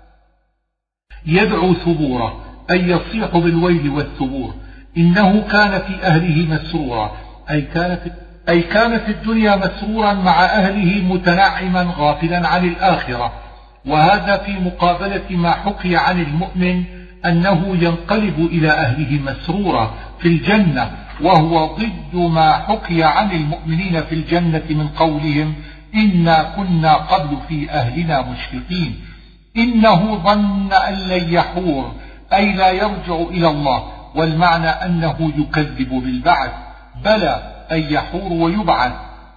يدعو ثبورا أي يصيح بالويل والثبور. إنه كان في أهله مسرورا أي كان في الدنيا مسرورا مع أهله متنعما غافلا عن الآخرة. وهذا في مقابلة ما حكي عن المؤمن أنه ينقلب إلى أهله مسرورا في الجنة، وهو ضد ما حكي عن المؤمنين في الجنة من قولهم: إنا كنا قبل في أهلنا مشفقين. إنه ظن أن لن يحور أي لا يرجع إلى الله، والمعنى أنه يكذب بالبعث. بلى أن يحور ويبعث.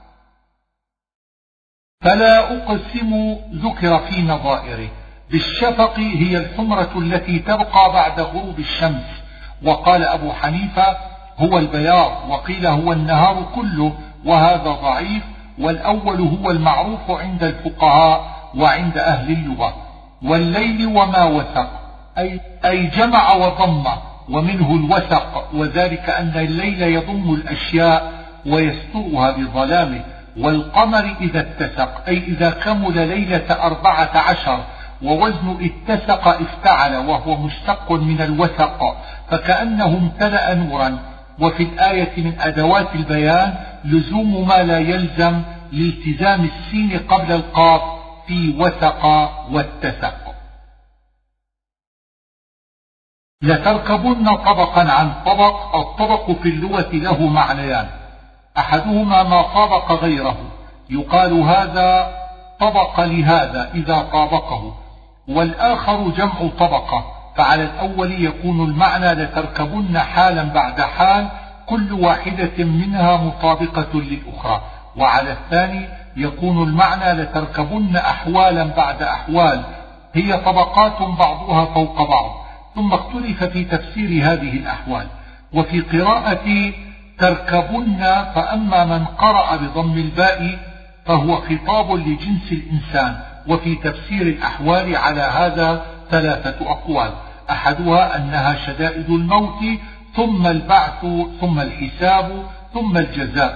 فلا أقسم ذكر في نظائره. بالشفق هي الحمرة التي تبقى بعد غروب الشمس. وقال أبو حنيفة هو البياض، وقيل هو النهار كله، وهذا ضعيف. والأول هو المعروف عند الفقهاء وعند أهل اللغة. والليل وما وثق أي جمع وضم، ومنه الوثق، وذلك أن الليل يضم الأشياء ويسترها بظلامه. والقمر إذا اتسق أي إذا كمل ليلة 14، ووزن اتسق افتعل، وهو مشتق من الوثق، فكأنه امتلأ نورا. وفي الآية من أدوات البيان لزوم ما لا يلزم لالتزام السين قبل القاف في وثق واتسق. لتركبن طبقا عن طبق. الطبق في اللغة له معنيان: أحدهما ما طابق غيره، يقال هذا طبق لهذا إذا طابقه، والآخر جمع طبقة. فعلى الأول يكون المعنى لتركبن حالا بعد حال، كل واحدة منها مطابقة للأخرى. وعلى الثاني يكون المعنى لتركبن أحوالا بعد أحوال، هي طبقات بعضها فوق بعض. ثم اختلف في تفسير هذه الأحوال. وفي قراءة تركبن، فأما من قرأ بضم الباء فهو خطاب لجنس الإنسان. وفي تفسير الأحوال على هذا 3 أقوال: أحدها أنها شدائد الموت، ثم البعث، ثم الحساب، ثم الجزاء.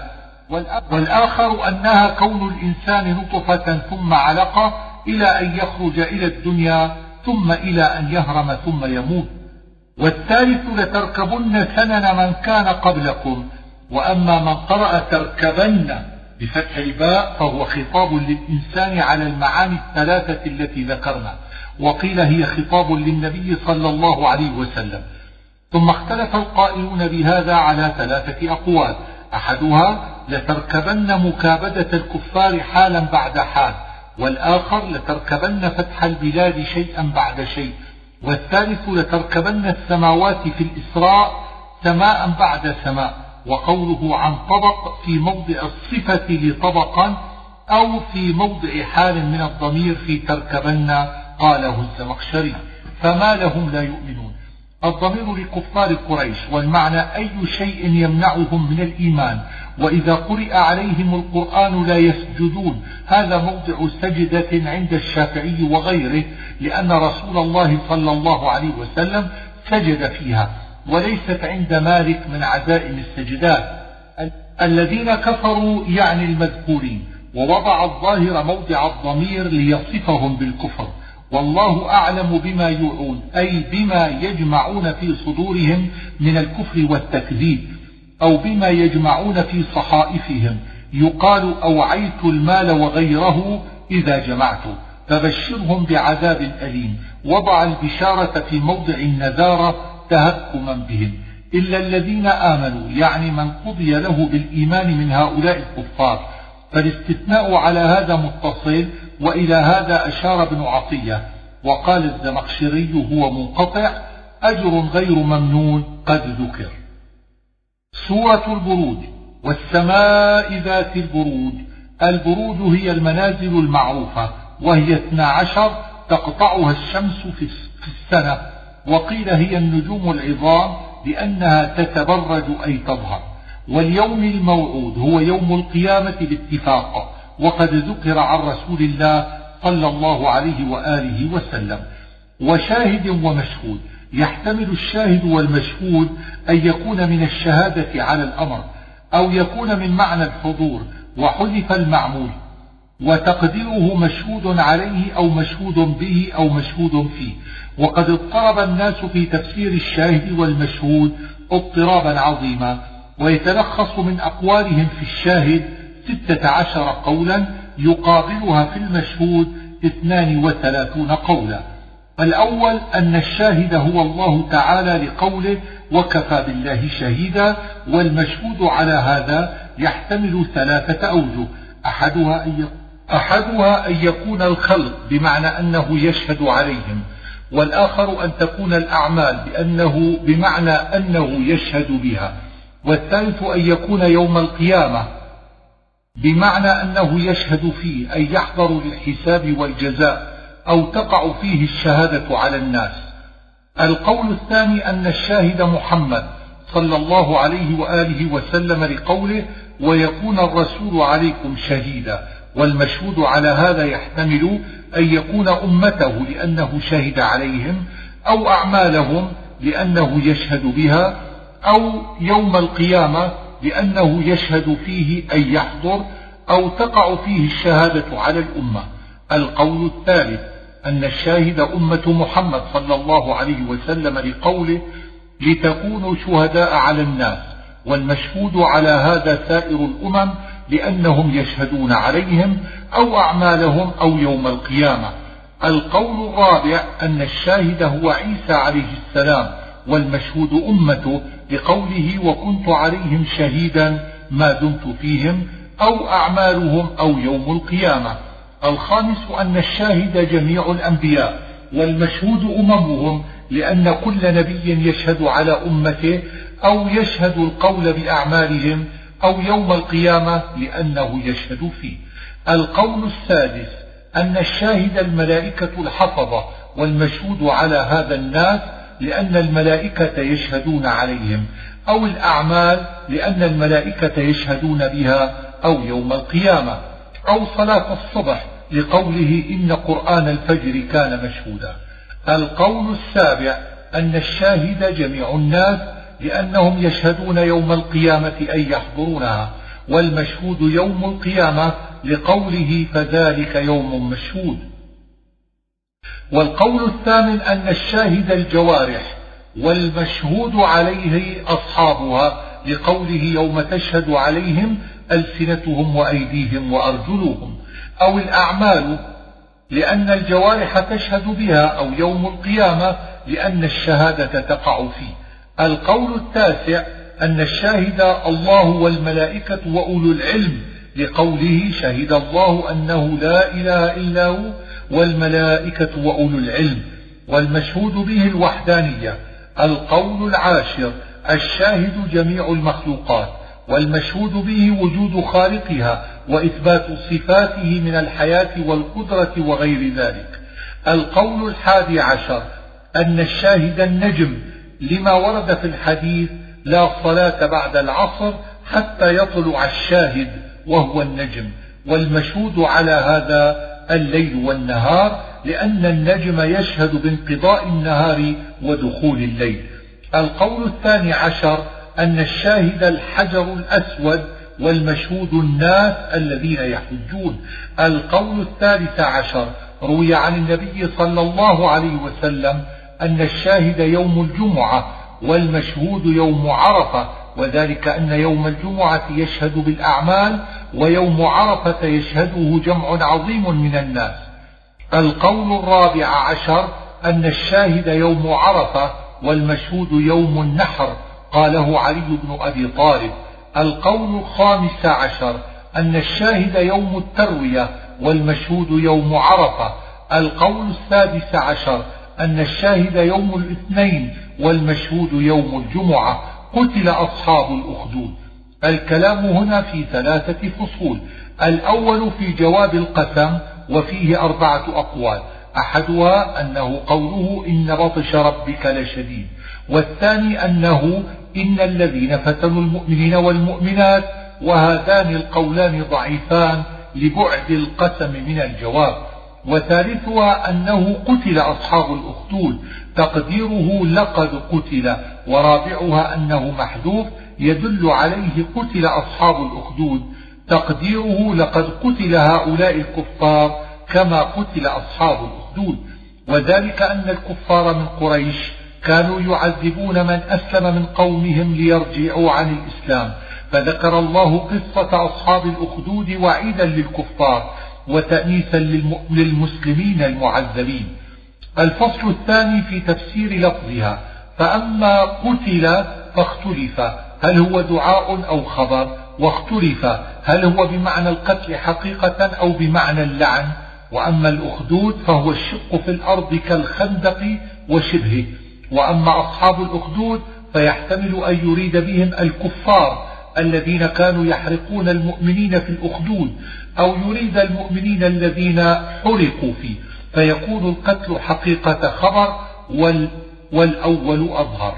والآخر أنها كون الإنسان نطفة ثم علقة إلى أن يخرج إلى الدنيا ثم إلى أن يهرم ثم يموت. والثالث لتركبن سنن من كان قبلكم. وأما من قرأ تركبن بفتح الباء فهو خطاب للإنسان على المعاني الثلاثة التي ذكرنا، وقيل هي خطاب للنبي صلى الله عليه وسلم. ثم اختلف القائلون بهذا على 3 أقوال: أحدها لتركبن مكابدة الكفار حالا بعد حال، والآخر لتركبن فتح البلاد شيئا بعد شيء، والثالث لتركبن السماوات في الإسراء سماء بعد سماء. وقوله عن طبق في موضع الصفة لطبقا أو في موضع حال من الضمير في تركبن قاله الزمخشري. فما لهم لا يؤمنون الضمير لكفار قريش، والمعنى أي شيء يمنعهم من الإيمان. وإذا قرئ عليهم القرآن لا يسجدون، هذا موضع سجدة عند الشافعي وغيره، لأن رسول الله صلى الله عليه وسلم سجد فيها، وليست عند مالك من عزائم السجدات. الذين كفروا يعني المذكورين، ووضع الظاهر موضع الضمير ليصفهم بالكفر. والله أعلم بما يوعون، أي بما يجمعون في صدورهم من الكفر والتكذيب، أو بما يجمعون في صحائفهم. يقال أوعيت المال وغيره إذا جمعته، فبشرهم بعذاب أليم. وضع البشارة في موضع النذارة تهكما بهم، إلا الذين آمنوا، يعني من قضي له بالإيمان من هؤلاء الكفار. فالاستثناء على هذا متصل، وإلى هذا أشار ابن عطية. وقال الزمخشري هو منقطع، أجر غير ممنون قد ذكر. سورة البروج. والسماء ذات البروج. البروج هي المنازل المعروفة، وهي 12 تقطعها الشمس في السنة. وقيل هي النجوم العظام لأنها تتبرج أي تظهر. واليوم الموعود هو يوم القيامة باتفاق، وقد ذكر عن رسول الله صلى الله عليه وآله وسلم. وشاهد ومشهود، يحتمل الشاهد والمشهود أن يكون من الشهادة على الأمر، أو يكون من معنى الحضور، وحذف المعمول، وتقديره مشهود عليه أو مشهود به أو مشهود فيه. وقد اضطرب الناس في تفسير الشاهد والمشهود اضطرابا عظيما، ويتلخص من أقوالهم في الشاهد 16 قولا، يقابلها في المشهود 32 قولا. الأول أن الشاهد هو الله تعالى لقوله وكفى بالله شهيدا. والمشهود على هذا يحتمل 3 أوجه: أحدها أن يكون الخلق بمعنى أنه يشهد عليهم، والآخر أن تكون الأعمال بمعنى أنه يشهد بها، والثالث أن يكون يوم القيامة بمعنى أنه يشهد فيه، أي يحضر للحساب والجزاء، أو تقع فيه الشهادة على الناس. القول الثاني أن الشاهد محمد صلى الله عليه وآله وسلم لقوله ويكون الرسول عليكم شهيدا. والمشهود على هذا يحتمل أن يكون أمته لأنه شهد عليهم، أو أعمالهم لأنه يشهد بها، أو يوم القيامة لأنه يشهد فيه أي يحضر، أو تقع فيه الشهادة على الأمة. القول الثالث أن الشاهد أمة محمد صلى الله عليه وسلم لقوله لتكونوا شهداء على الناس. والمشهود على هذا سائر الأمم لأنهم يشهدون عليهم، أو أعمالهم، أو يوم القيامة. القول الرابع أن الشاهد هو عيسى عليه السلام، والمشهود أمته لقوله وكنت عليهم شهيدا ما دمت فيهم، أو أعمالهم، أو يوم القيامة. الخامس أن الشاهد جميع الأنبياء، والمشهود أممهم لأن كل نبي يشهد على أمته، أو يشهد القول بأعمالهم، أو يوم القيامة لأنه يشهد فيه. القول السادس أن الشاهد الملائكة الحفظة، والمشهود على هذا الناس لأن الملائكة يشهدون عليهم، أو الأعمال لأن الملائكة يشهدون بها، أو يوم القيامة، أو صلاة الصبح لقوله إن قرآن الفجر كان مشهودا. القول السابع أن الشاهد جميع الناس لأنهم يشهدون يوم القيامة أي يحضرونها، والمشهود يوم القيامة لقوله فذلك يوم مشهود. والقول الثامن أن الشاهد الجوارح والمشهود عليه أصحابها لقوله يوم تشهد عليهم ألسنتهم وأيديهم وأرجلهم، أو الأعمال لأن الجوارح تشهد بها، أو يوم القيامة لأن الشهادة تقع فيه. القول التاسع أن الشاهد الله والملائكة وأولو العلم لقوله شهد الله أنه لا إله إلا هو والملائكة وأولو العلم، والمشهود به الوحدانية. القول العاشر الشاهد جميع المخلوقات، والمشهود به وجود خالقها وإثبات صفاته من الحياة والقدرة وغير ذلك. القول الحادي عشر أن الشاهد النجم لما ورد في الحديث لا صلاة بعد العصر حتى يطلع الشاهد وهو النجم، والمشهود على هذا الليل والنهار لأن النجم يشهد بانقضاء النهار ودخول الليل. القول الثاني عشر أن الشاهد الحجر الأسود، والمشهود الناس الذين يحجون. القول الثالث عشر روي عن النبي صلى الله عليه وسلم أن الشاهد يوم الجمعة والمشهود يوم عرفة، وذلك أن يوم الجمعة يشهد بالأعمال ويوم عرفة يشهده جمع عظيم من الناس. القول الرابع عشر أن الشاهد يوم عرفة والمشهود يوم النحر، قاله علي بن أبي طالب. القول الخامس عشر أن الشاهد يوم التروية والمشهود يوم عرفة. القول السادس عشر أن الشاهد يوم الاثنين والمشهود يوم الجمعة. قتل أصحاب الأخدود. الكلام هنا في ثلاثة فصول. الأول في جواب القسم وفيه 4 أقوال، أحدها أنه قوله إن بطش ربك لشديد، والثاني أنه إن الذين فتنوا المؤمنين والمؤمنات، وهذان القولان ضعيفان لبعد القسم من الجواب. وثالثها أنه قتل أصحاب الأخدود تقديره لقد قتل، ورابعها أنه محذوف يدل عليه قتل أصحاب الأخدود تقديره لقد قتل هؤلاء الكفار كما قتل أصحاب الأخدود. وذلك أن الكفار من قريش كانوا يعذبون من أسلم من قومهم ليرجعوا عن الإسلام، فذكر الله قصة أصحاب الأخدود وعيدا للكفار وتأنيسا للمسلمين المعذبين. الفصل الثاني في تفسير لفظها. فأما قتل فاختلف هل هو دعاء أو خبر، واختلف هل هو بمعنى القتل حقيقة أو بمعنى اللعن. وأما الأخدود فهو الشق في الأرض كالخندق وشبهه. وأما أصحاب الأخدود فيحتمل أن يريد بهم الكفار الذين كانوا يحرقون المؤمنين في الأخدود، أو يريد المؤمنين الذين حرقوا فيه، فيكون القتل حقيقة خبر والأول أظهر.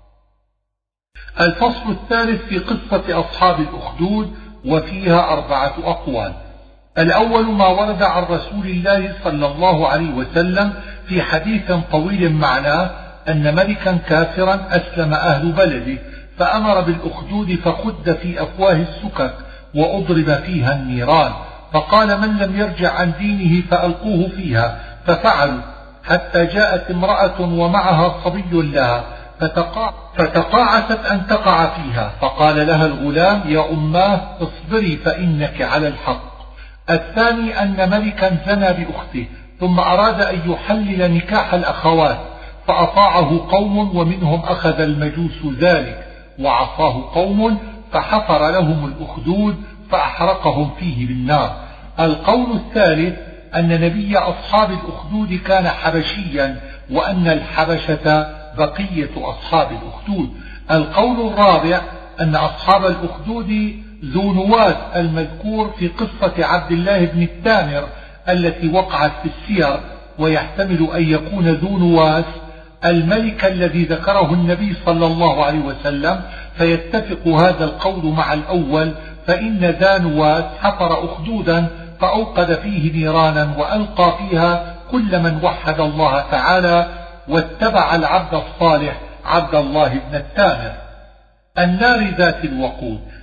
الفصل الثالث في قصة أصحاب الأخدود وفيها 4 أقوال. الأول ما ورد عن رسول الله صلى الله عليه وسلم في حديث طويل معناه أن ملكا كافرا أسلم أهل بلده فأمر بالأخدود فخد في أفواه السكك وأضرب فيها النيران، فقال من لم يرجع عن دينه فألقوه فيها، ففعلوا حتى جاءت امرأة ومعها صبي لها فتقاعست أن تقع فيها، فقال لها الغلام يا أماه اصبري فإنك على الحق. الثاني أن ملكا زنى بأخته ثم أراد أن يحلل نكاح الأخوات فأطاعه قوم ومنهم أخذ المجوس ذلك، وعصاه قوم فحفر لهم الأخدود فأحرقهم فيه بالنار. القول الثالث أن نبي أصحاب الأخدود كان حبشيا وأن الحبشة بقية أصحاب الأخدود. القول الرابع أن أصحاب الأخدود ذو نواس المذكور في قصة عبد الله بن التامر التي وقعت في السير، ويحتمل أن يكون ذو نواس الملك الذي ذكره النبي صلى الله عليه وسلم، فيتفق هذا القول مع الأول، فإن ذا نواس حفر أخدودا فأوقد فيه نيرانا وألقى فيها كل من وحد الله تعالى واتبع العبد الصالح عبد الله بن التامر. النار ذات الوقود.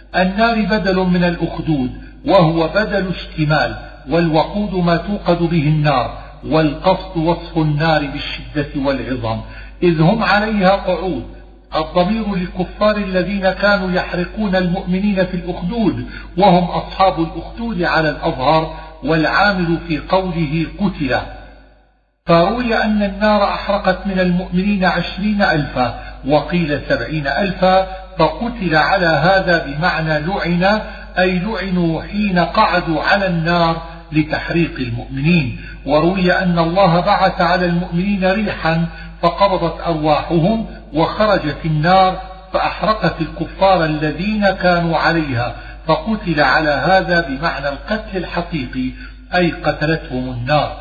النار بدل من الأخدود وهو بدل اشتمال، والوقود ما توقد به النار، والقصد وصف النار بالشدة والعظم إذ هم عليها قعود. الضمير للكفار الذين كانوا يحرقون المؤمنين في الأخدود وهم أصحاب الأخدود على الأظهر، والعامل في قوله قتل. فروي أن النار أحرقت من المؤمنين 20,000 وقيل 70,000، فقتل على هذا بمعنى لعن، أي لعنوا حين قعدوا على النار لتحريق المؤمنين. وروي أن الله بعث على المؤمنين ريحا فقبضت أرواحهم وخرجت النار فأحرقت الكفار الذين كانوا عليها، فقتل على هذا بمعنى القتل الحقيقي، أي قتلتهم النار.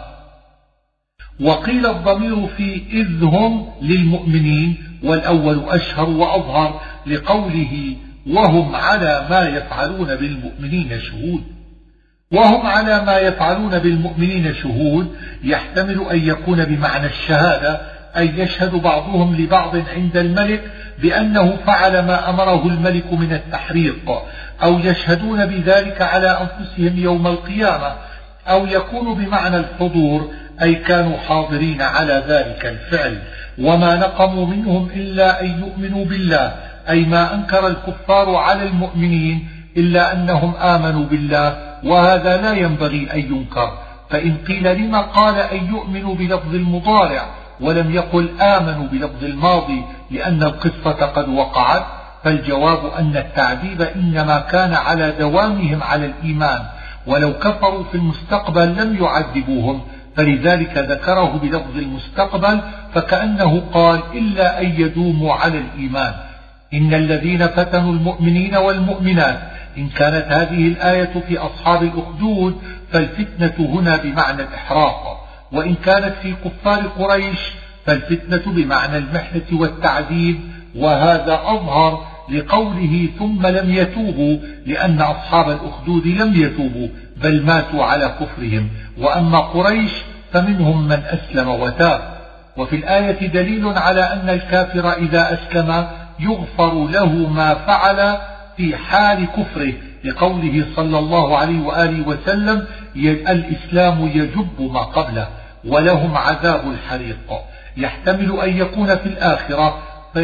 وقيل الضمير في إذ هم للمؤمنين، والأول أشهر وأظهر لقوله وهم على ما يفعلون بالمؤمنين شهود. وهم على ما يفعلون بالمؤمنين شهود يحتمل أن يكون بمعنى الشهادة، أي يشهد بعضهم لبعض عند الملك بأنه فعل ما أمره الملك من التحريق، أو يشهدون بذلك على أنفسهم يوم القيامة، أو يكون بمعنى الحضور، أي كانوا حاضرين على ذلك الفعل. وما نقموا منهم إلا أن يؤمنوا بالله، أي ما أنكر الكفار على المؤمنين إلا أنهم آمنوا بالله، وهذا لا ينبغي أن ينكر. فإن قيل لما قال أن يؤمنوا بلفظ المضارع ولم يقل آمنوا بلفظ الماضي لأن القصة قد وقعت، فالجواب أن التعذيب إنما كان على دوامهم على الإيمان، ولو كفروا في المستقبل لم يعذبوهم، فلذلك ذكره بلفظ المستقبل، فكأنه قال إلا أن يدوموا على الإيمان. إن الذين فتنوا المؤمنين والمؤمنات، إن كانت هذه الآية في أصحاب الأخدود فالفتنة هنا بمعنى الإحراق، وإن كانت في كفار قريش فالفتنة بمعنى المحنة والتعذيب، وهذا أظهر لقوله ثم لم يتوبوا، لأن أصحاب الأخدود لم يتوبوا بل ماتوا على كفرهم، وأما قريش فمنهم من أسلم وتاب. وفي الآية دليل على أن الكافر إذا أسلم يغفر له ما فعل في حال كفره، لقوله صلى الله عليه وآله وسلم الإسلام يجب ما قبله، ولهم عذاب الحريق. يحتمل أن يكون في الآخرة،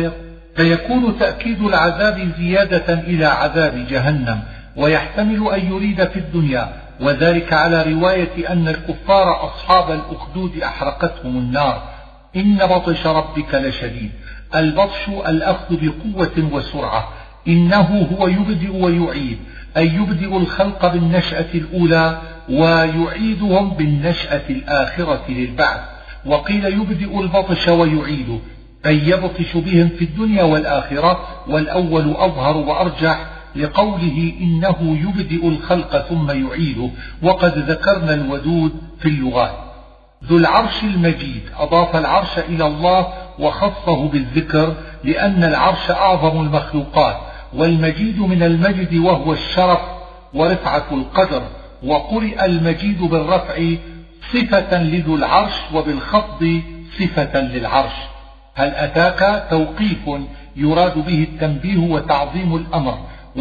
فيكون تأكيد العذاب زيادة إلى عذاب جهنم، ويحتمل أن يريد في الدنيا، وذلك على رواية أن الكفار أصحاب الأخدود أحرقتهم النار. إن بطش ربك لشديد. البطش الأخذ بقوة وسرعة. إنه هو يبدئ ويعيد، أي يبدئ الخلق بالنشأة الأولى ويعيدهم بالنشأة الآخرة للبعث. وقيل يبدئ البطش ويعيده، أي يبطش بهم في الدنيا والآخرة، والأول أظهر وأرجح لقوله إنه يبدئ الخلق ثم يعيده، وقد ذكرنا الودود في اللغات. ذو العرش المجيد أضاف العرش إلى الله وخصه بالذكر لأن العرش أعظم المخلوقات، والمجيد من المجد وهو الشرف ورفعة القدر. وقرئ المجيد بالرفع صفة لذو العرش وبالخفض صفة للعرش. هل أتاك توقيف يراد به التنبيه وتعظيم الأمر،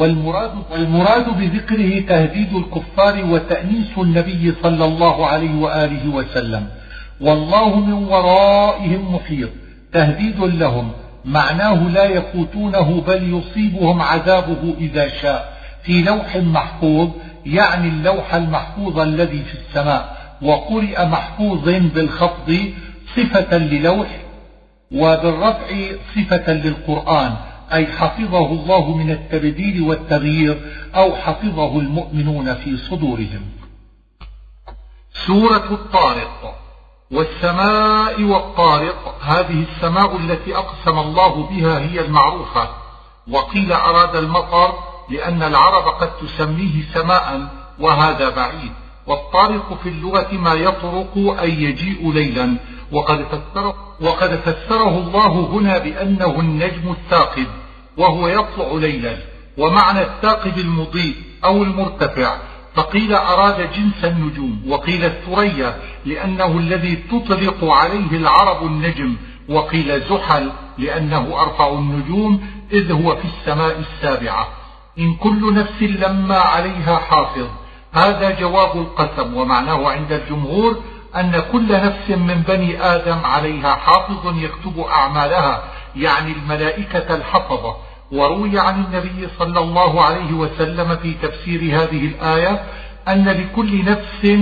والمراد بذكره تهديد الكفار وتأنيس النبي صلى الله عليه وآله وسلم. والله من ورائهم محيط، تهديد لهم، معناه لا يفوتونه بل يصيبهم عذابه إذا شاء، في لوح محفوظ، يعني اللوح المحفوظ الذي في السماء. وقرئ محفوظ بالخفض صفة للوح، وبالرفع صفة للقرآن، أي حفظه الله من التبديل والتغيير، أو حفظه المؤمنون في صدورهم. سورة الطارق. والسماء والطارق، هذه السماء التي أقسم الله بها هي المعروفة. وقيل أراد المطر لأن العرب قد تسميه سماء، وهذا بعيد. والطارق في اللغة ما يطرق أي يجيء ليلا، وقد فسره الله هنا بأنه النجم الثاقب، وهو يطلع ليلا. ومعنى الثاقب المضيء أو المرتفع، فقيل أراد جنس النجوم، وقيل الثريا لأنه الذي تطلق عليه العرب النجم، وقيل زحل لأنه أرفع النجوم إذ هو في السماء السابعة. إن كل نفس لما عليها حافظ. هذا جواب القسم، ومعناه عند الجمهور أن كل نفس من بني آدم عليها حافظ يكتب أعمالها، يعني الملائكة الحفظة. وروي عن النبي صلى الله عليه وسلم في تفسير هذه الآية أن لكل نفس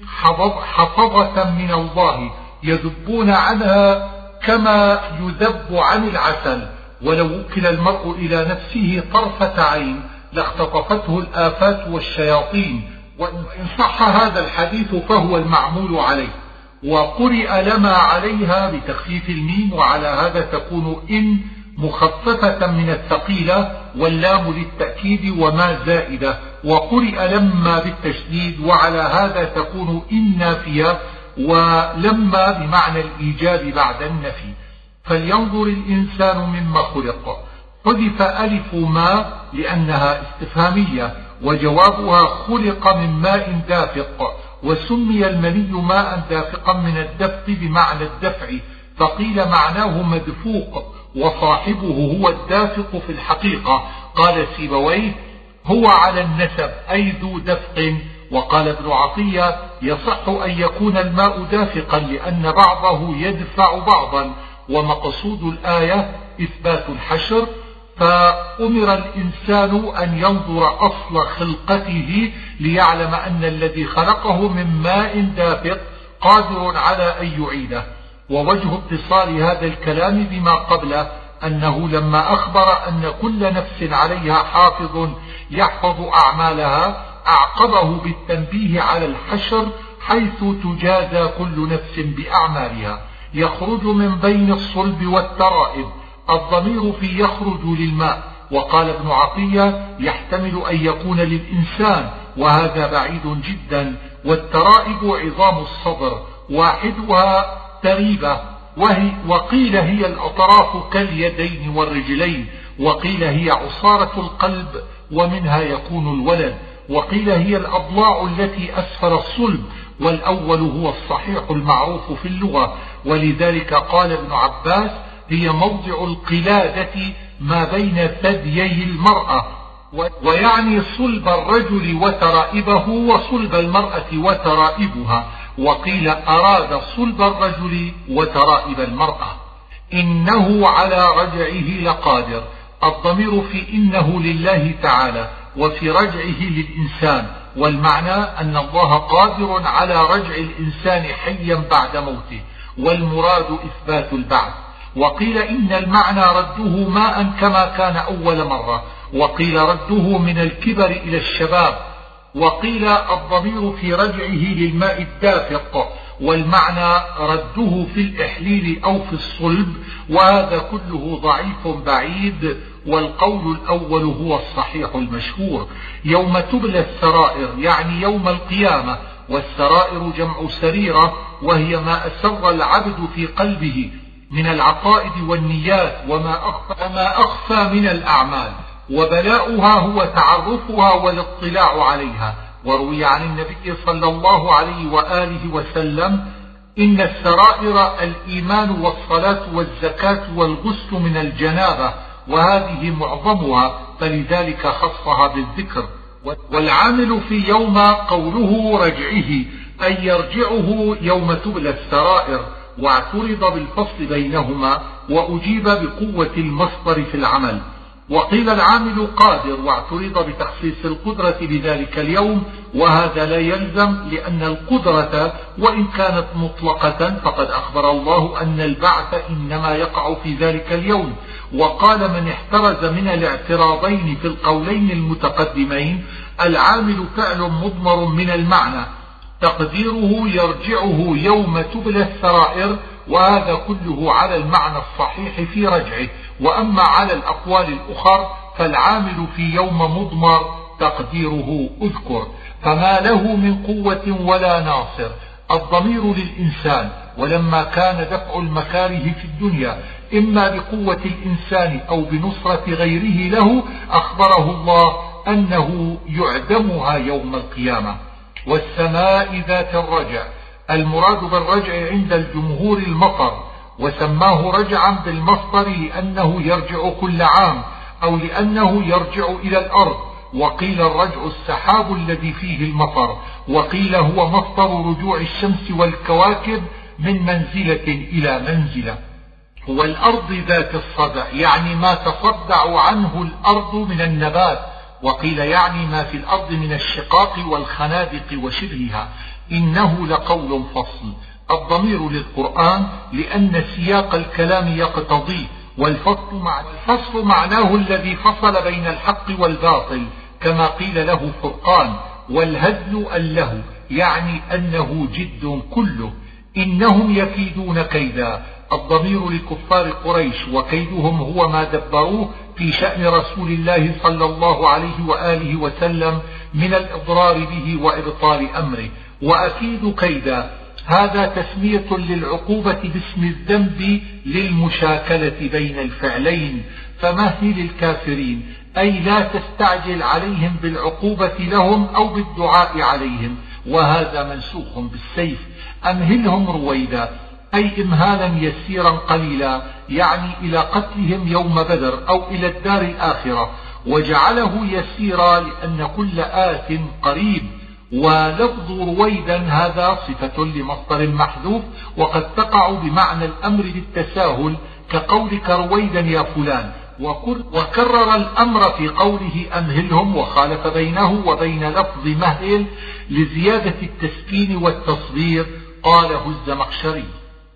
حفظة من الله يذبون عنها كما يذب عن العسل، ولو وكل المرء إلى نفسه طرفة عين لاختطفته الآفات والشياطين. وإن صح هذا الحديث فهو المعمول عليه. وقرئ لما عليها بتخفيف الميم، وعلى هذا تكون إن مخففة من الثقيلة، واللام للتأكيد وما زائدة. وقرئ لما بالتشديد، وعلى هذا تكون إن نافية، ولما بمعنى الإيجاب بعد النفي. فلينظر الإنسان مما خلق. حذف ألف ما لأنها استفهامية، وجوابها خلق من ماء دافق. وسمي المني ماء دافقا من الدفق بمعنى الدفع، فقيل معناه مدفوق، وصاحبه هو الدافق في الحقيقة. قال سيبويه هو على النسب أي ذو دفق. وقال ابن عطية يصح أن يكون الماء دافقا لأن بعضه يدفع بعضا، ومقصود الآية إثبات الحشر. فأمر الإنسان أن ينظر أصل خلقته ليعلم أن الذي خلقه من ماء دافق قادر على أن يعيده. ووجه اتصال هذا الكلام بما قبله أنه لما أخبر أن كل نفس عليها حافظ يحفظ أعمالها أعقبه بالتنبيه على الحشر، حيث تجازى كل نفس بأعمالها. يخرج من بين الصلب والترائب. الضمير في يخرج للماء. وقال ابن عطية يحتمل أن يكون للإنسان، وهذا بعيد جدا. والترائب عظام الصدر، واحدها تريبة، وقيل هي الأطراف كاليدين والرجلين، وقيل هي عصارة القلب ومنها يكون الولد، وقيل هي الأضلاع التي أسفل الصلب، والأول هو الصحيح المعروف في اللغة. ولذلك قال ابن عباس هي موضع القلادة ما بين ثديي المرأة، ويعني صلب الرجل وترائبه وصلب المرأة وترائبها. وقيل أراد صلب الرجل وترائب المرأة. إنه على رجعه لقادر. الضمير في إنه لله تعالى، وفي رجعه للإنسان، والمعنى أن الله قادر على رجع الإنسان حيا بعد موته، والمراد إثبات البعث. وقيل إن المعنى رده ماء كما كان أول مرة، وقيل رده من الكبر إلى الشباب، وقيل الضمير في رجعه للماء الدافق، والمعنى رده في الإحليل أو في الصلب، وهذا كله ضعيف بعيد، والقول الأول هو الصحيح المشهور. يوم تبلى السرائر يعني يوم القيامة، والسرائر جمع سريرة، وهي ما أسر العبد في قلبه من العقائد والنيات وما أخفى من الأعمال، وبلاؤها هو تعرفها والاطلاع عليها. وروي عن النبي صلى الله عليه وآله وسلم إن السرائر الإيمان والصلاة والزكاة والغسل من الجنابة، وهذه معظمها، فلذلك خصها بالذكر. والعامل في يوم قوله رجعه أي يرجعه يوم تبلى السرائر، واعترض بالفصل بينهما، وأجيب بقوة المصدر في العمل. وقيل العامل قادر، واعترض بتخصيص القدرة بذلك اليوم، وهذا لا يلزم، لأن القدرة وإن كانت مطلقة فقد أخبر الله أن البعث إنما يقع في ذلك اليوم. وقال من احترز من الاعتراضين في القولين المتقدمين العامل فعل مضمر من المعنى، تقديره يرجعه يوم تبلى السرائر، وهذا كله على المعنى الصحيح في رجعه. وأما على الأقوال الأخر فالعامل في يوم مضمر تقديره أذكر، فما له من قوة ولا ناصر. الضمير للإنسان، ولما كان دفع المكاره في الدنيا إما بقوة الإنسان أو بنصرة غيره له، أخبره الله أنه يعدمها يوم القيامة. والسماء ذات الرجع، المراد بالرجع عند الجمهور المطر، وسماه رجعا بالمصدر لأنه يرجع كل عام، أو لأنه يرجع إلى الأرض، وقيل الرجع السحاب الذي فيه المطر، وقيل هو مصدر رجوع الشمس والكواكب من منزلة إلى منزلة. والأرض ذات الصدع يعني ما تصدع عنه الأرض من النبات، وقيل يعني ما في الأرض من الشقاق والخنادق وشبهها. إنه لقول فصل. الضمير للقرآن لأن سياق الكلام يقتضيه، والفصل معناه الذي فصل بين الحق والباطل، كما قيل له فرقان. والهزل اللهو يعني أنه جد كله. إنهم يكيدون كيدا. الضمير لكفار قريش، وكيدهم هو ما دبروه في شأن رسول الله صلى الله عليه وآله وسلم من الإضرار به وإبطال أمره. وأكيد كيدا هذا تسمية للعقوبة باسم الذنب للمشاكلة بين الفعلين. فمهل الكافرين أي لا تستعجل عليهم بالعقوبة لهم أو بالدعاء عليهم، وهذا منسوخ بالسيف. أمهلهم رويدا أي إمهالا يسيرا قليلا، يعني إلى قتلهم يوم بدر أو إلى الدار الآخرة. وجعله يسيرا لأن كل آت قريب. ولفظ رويدا هذا صفة لمصدر محذوف، وقد تقع بمعنى الأمر بالتساهل كقولك رويدا يا فلان. وكرر الأمر في قوله أمهلهم، وخالف بينه وبين لفظ مهل لزيادة التسكين والتصغير. قاله الزمخشري.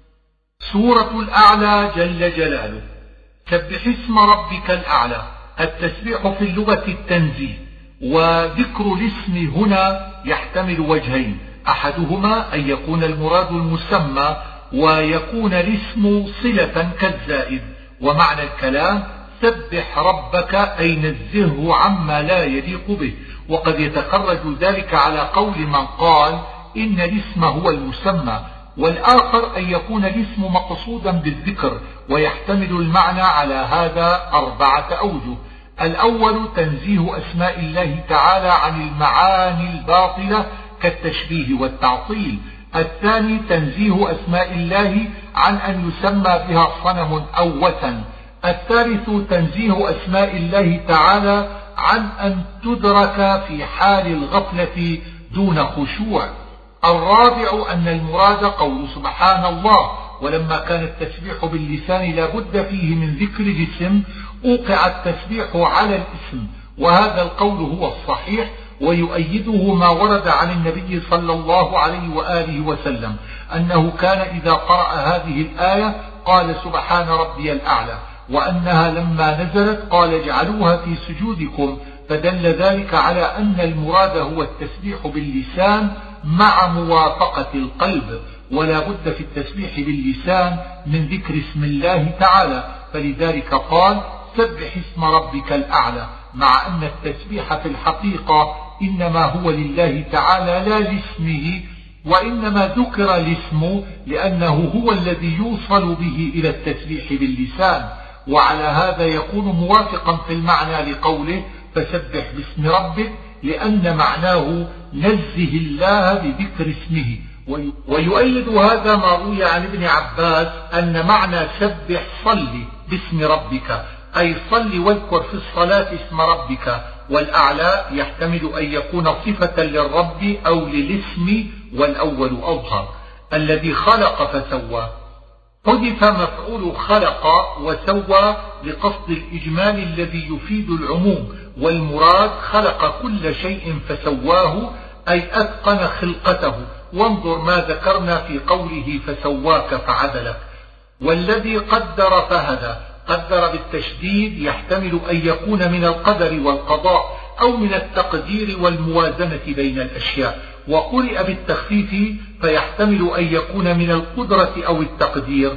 سورة الأعلى جل جلاله. سبح اسم ربك الأعلى. التسبيح في اللغة التنزيه، وذكر الاسم هنا يحتمل وجهين: أحدهما أن يكون المراد المسمى، ويكون الاسم صلة كالزائد. ومعنى الكلام سبح ربك أي نزهه عما لا يليق به. وقد يتخرج ذلك على قول من قال إن الاسم هو المسمى، والآخر أن يكون الاسم مقصودا بالذكر، ويحتمل المعنى على هذا 4 أوجه. الأول تنزيه أسماء الله تعالى عن المعاني الباطلة كالتشبيه والتعطيل. الثاني تنزيه أسماء الله عن أن يسمى بها صنم أو وثن. الثالث تنزيه أسماء الله تعالى عن أن تدرك في حال الغفلة دون خشوع. الرابع أن المراد قول سبحان الله، ولما كان التسبيح باللسان لا بد فيه من ذكر الاسم أوقع التسبيح على الاسم، وهذا القول هو الصحيح، ويؤيده ما ورد عن النبي صلى الله عليه وآله وسلم أنه كان إذا قرأ هذه الآية قال سبحان ربي الأعلى، وأنها لما نزلت قال اجعلوها في سجودكم، فدل ذلك على أن المراد هو التسبيح باللسان مع موافقة القلب. ولا بد في التسبيح باللسان من ذكر اسم الله تعالى، فلذلك قال سبح اسم ربك الأعلى، مع أن التسبيح في الحقيقة إنما هو لله تعالى لا لاسمه، وإنما ذكر الاسم لأنه هو الذي يوصل به إلى التسبيح باللسان. وعلى هذا يكون موافقا في المعنى لقوله فسبح باسم ربك، لأن معناه نزه الله بذكر اسمه. ويؤيد هذا ما روي عن ابن عباس أن معنى سبح صل باسم ربك، أي صل واذكر في الصلاة اسم ربك. والأعلى يحتمل أن يكون صفة للرب أو للاسم، والأول أظهر. الذي خلق فسوى، حذف مفعول خلق وسوى لقصد الإجمال الذي يفيد العموم، والمراد خلق كل شيء فسواه أي أتقن خلقته. وانظر ما ذكرنا في قوله فسواك فعدلك. والذي قدر فهدى، قدر بالتشديد يحتمل أن يكون من القدر والقضاء أو من التقدير والموازنة بين الأشياء. وقرئ بالتخفيف فيحتمل أن يكون من القدرة أو التقدير،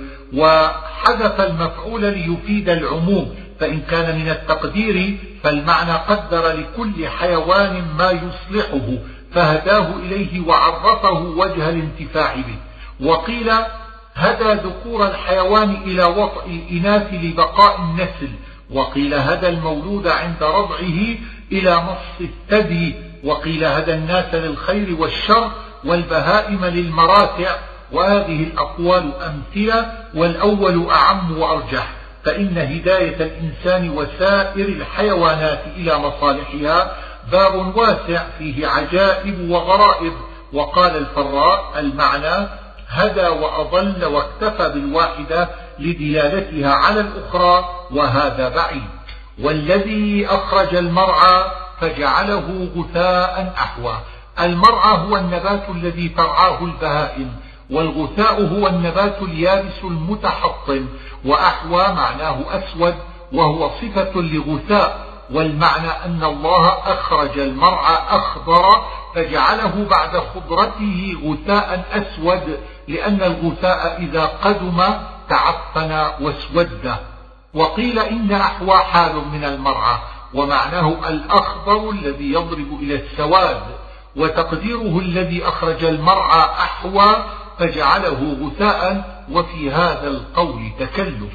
وحذف المفعول ليفيد العموم، فإن كان من التقدير فالمعنى قدر لكل حيوان ما يصلحه فهداه إليه وعرفه وجه الانتفاع به. وقيل هدى ذكور الحيوان إلى وطئ الإناث لبقاء النسل، وقيل هدى المولود عند رضعه إلى مص الثدي، وقيل هدى الناس للخير والشر والبهائم للمراتع. وهذه الأقوال أمثلة، والأول أعم وأرجح. فإن هداية الإنسان وسائر الحيوانات إلى مصالحها باب واسع فيه عجائب وغرائب. وقال الفراء المعنى هدى وأضل واكتفى بالواحدة لدلالتها على الأخرى، وهذا بعيد. والذي أخرج المرعى فجعله غثاء أحوى. المرعى هو النبات الذي ترعاه البهائم، والغثاء هو النبات اليابس المتحطم، وأحوى معناه أسود وهو صفة لغثاء. والمعنى أن الله أخرج المرعى أخضر فجعله بعد خضرته غثاء أسود، لأن الغثاء إذا قدم تعفن واسود. وقيل إن أحوى حال من المرعى، ومعناه الأخضر الذي يضرب إلى السواد، وتقديره الذي أخرج المرعى أحوى فجعله غثاء. وفي هذا القول تكلف.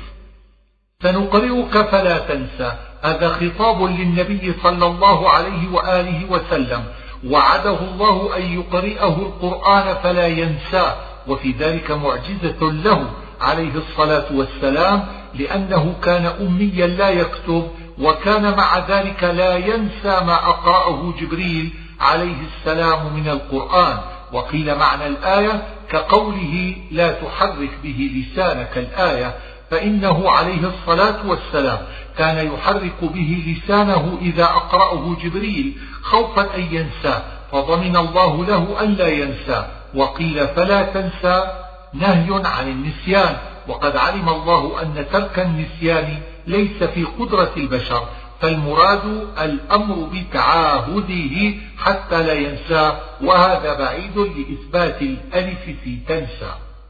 سنقرئك فلا تنسى، هذا خطاب للنبي صلى الله عليه وآله وسلم، وعده الله أن يقرئه القرآن فلا ينساه، وفي ذلك معجزة له عليه الصلاة والسلام، لأنه كان أميا لا يكتب، وكان مع ذلك لا ينسى ما أقرأه جبريل عليه السلام من القرآن. وقيل معنى الآية كقوله لا تحرك به لسانك الآية، فإنه عليه الصلاة والسلام كان يحرك به لسانه إذا أقرأه جبريل خوفا أن ينسى، فضمن الله له أن لا ينسى. وقيل فلا تنسى نهي عن النسيان، وقد علم الله أن ترك النسيان ليس في قدرة البشر، فالمراد الأمر بتعاهده حتى لا ينسى، وهذا بعيد لإثبات الألف في تنسى.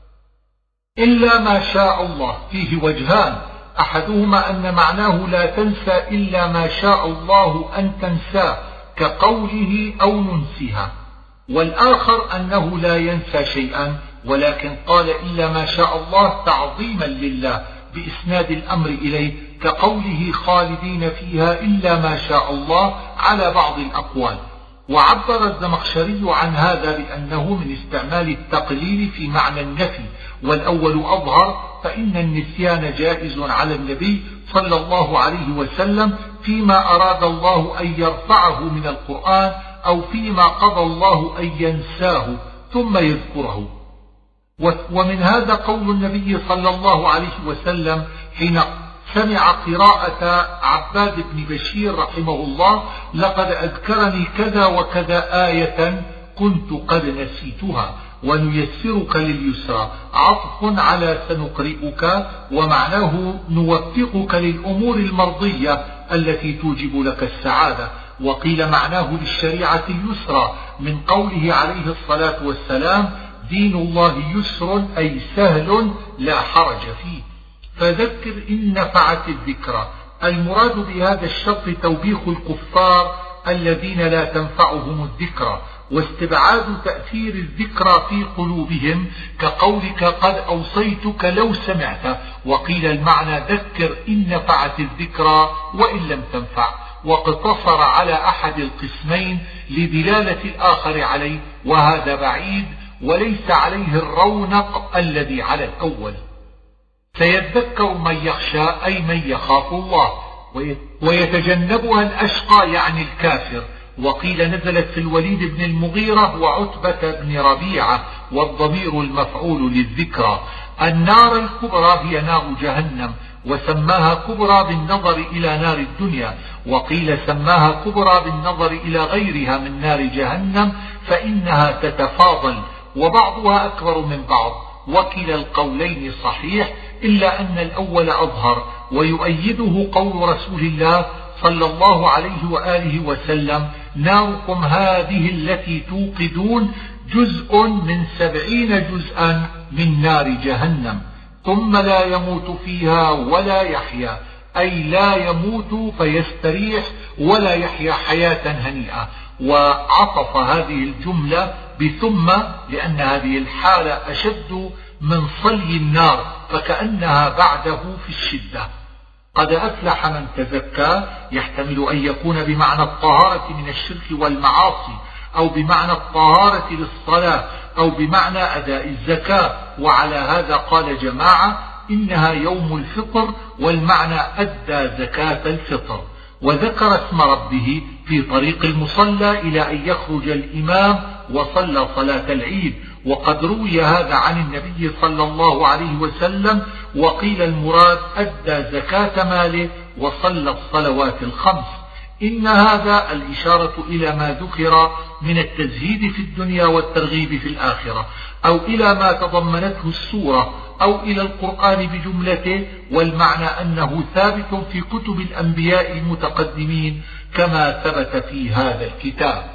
إلا ما شاء الله فيه وجهان، أحدهما أن معناه لا تنسى إلا ما شاء الله أن تنسى كقوله أو ننسها، والآخر أنه لا ينسى شيئا، ولكن قال إلا ما شاء الله تعظيما لله بإسناد الأمر إليه، كقوله خالدين فيها إلا ما شاء الله على بعض الأقوال. وعبر الزمخشري عن هذا بأنه من استعمال التقليل في معنى النفي، والأول أظهر، فإن النسيان جائز على النبي صلى الله عليه وسلم فيما أراد الله أن يرفعه من القرآن، أو فيما قضى الله أن ينساه ثم يذكره. ومن هذا قول النبي صلى الله عليه وسلم حين سمع قراءة عباد بن بشير رحمه الله: لقد أذكرني كذا وكذا آية كنت قد نسيتها ونيسرك لليسرى، عطف على سنقرئك، ومعناه نوفقك للأمور المرضية التي توجب لك السعادة. وقيل معناه للشريعة اليسرى من قوله عليه الصلاة والسلام: دين الله يسر أي سهل لا حرج فيه، فذكر إن نفعت الذكرى. المراد بهذا الشرط توبيخ الكفار الذين لا تنفعهم الذكرى، واستبعاد تأثير الذكرى في قلوبهم، كقولك قد أوصيتك لو سمعت. وقيل المعنى ذكر إن نفعت الذكرى وإن لم تنفع، واقتصر على أحد القسمين لدلالة الآخر عليه، وهذا بعيد وليس عليه الرونق الذي على الأول. سيذكر من يخشى أي من يخاف الله، ويتجنبها الأشقى يعني الكافر. وقيل نزلت في الوليد بن المغيرة وعتبة بن ربيعة، والضمير المفعول للذكرى. النار الكبرى هي نار جهنم، وسماها كبرى بالنظر إلى نار الدنيا، وقيل سماها كبرى بالنظر إلى غيرها من نار جهنم، فإنها تتفاضل وبعضها أكبر من بعض. وكلا القولين صحيح، إلا أن الأول أظهر، ويؤيده قول رسول الله صلى الله عليه وآله وسلم: ناركم هذه التي توقدون جزء من 70 جزءا من نار جهنم، ثم لا يموت فيها ولا يحيا، أي لا يموت فيستريح ولا يحيا حياة هنيئة. وعطف هذه الجملة بثم، لأن هذه الحالة أشد من صلي النار، فكأنها بعده في الشدة. قد أفلح من تزكى يحتمل أن يكون بمعنى الطهارة من الشرك والمعاصي، أو بمعنى الطهارة للصلاة، أو بمعنى أداء الزكاة. وعلى هذا قال جماعة: إنها يوم الفطر، والمعنى أدى زكاة الفطر. وذكر اسم ربه في طريق المصلى إلى أن يخرج الإمام وصلى صلاة العيد، وقد روي هذا عن النبي صلى الله عليه وسلم، وقيل المراد أدى زكاة ماله وصلى الصلوات الخمس. إن هذا الإشارة إلى ما ذكر من التزهيد في الدنيا والترغيب في الآخرة، أو إلى ما تضمنته السورة، أو إلى القرآن بجملته، والمعنى أنه ثابت في كتب الأنبياء المتقدمين كما ثبت في هذا الكتاب.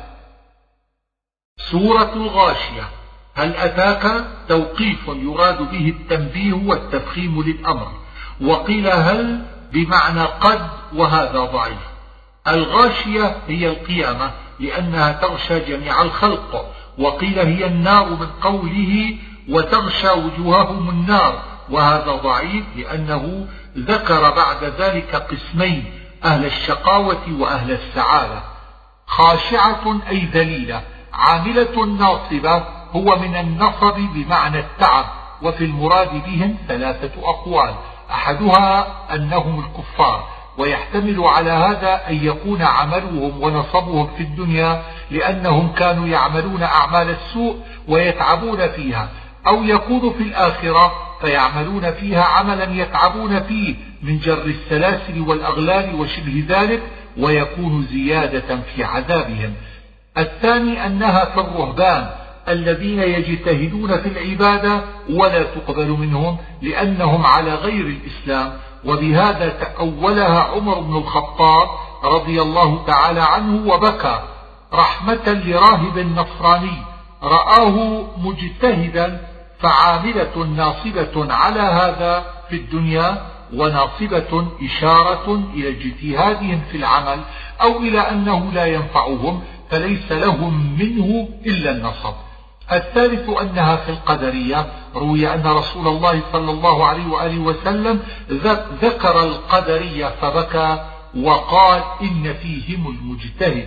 سورة الغاشية. هل أتاك توقيف يراد به التنبيه والتفخيم للأمر، وقيل هل بمعنى قد، وهذا ضعيف. الغاشية هي القيامة لأنها تغشى جميع الخلق، وقيل هي النار من قوله وتغشى وجوههم النار، وهذا ضعيف لأنه ذكر بعد ذلك قسمين: أهل الشقاوة وأهل السعادة. خاشعة أي ذليلة. عاملة ناصبة هو من النصب بمعنى التعب، وفي المراد بهم ثلاثة أقوال: أحدها أنهم الكفار، ويحتمل على هذا أن يكون عملهم ونصبهم في الدنيا لأنهم كانوا يعملون أعمال السوء ويتعبون فيها، أو يكون في الآخرة فيعملون فيها عملا يتعبون فيه من جر السلاسل والأغلال وشبه ذلك، ويكون زيادة في عذابهم. الثاني أنها في الرهبان الذين يجتهدون في العبادة ولا تقبل منهم لأنهم على غير الإسلام، وبهذا تأولها عمر بن الخطاب رضي الله تعالى عنه وبكى رحمة لراهب نصراني رآه مجتهدا، فعاملة ناصبة على هذا في الدنيا، وناصبة إشارة إلى اجتهادهم في العمل أو إلى أنه لا ينفعهم فليس لهم منه إلا النصب. الثالث أنها في القدرية. روي أن رسول الله صلى الله عليه وآله وسلم ذكر القدرية فبكى وقال إن فيهم المجتهد.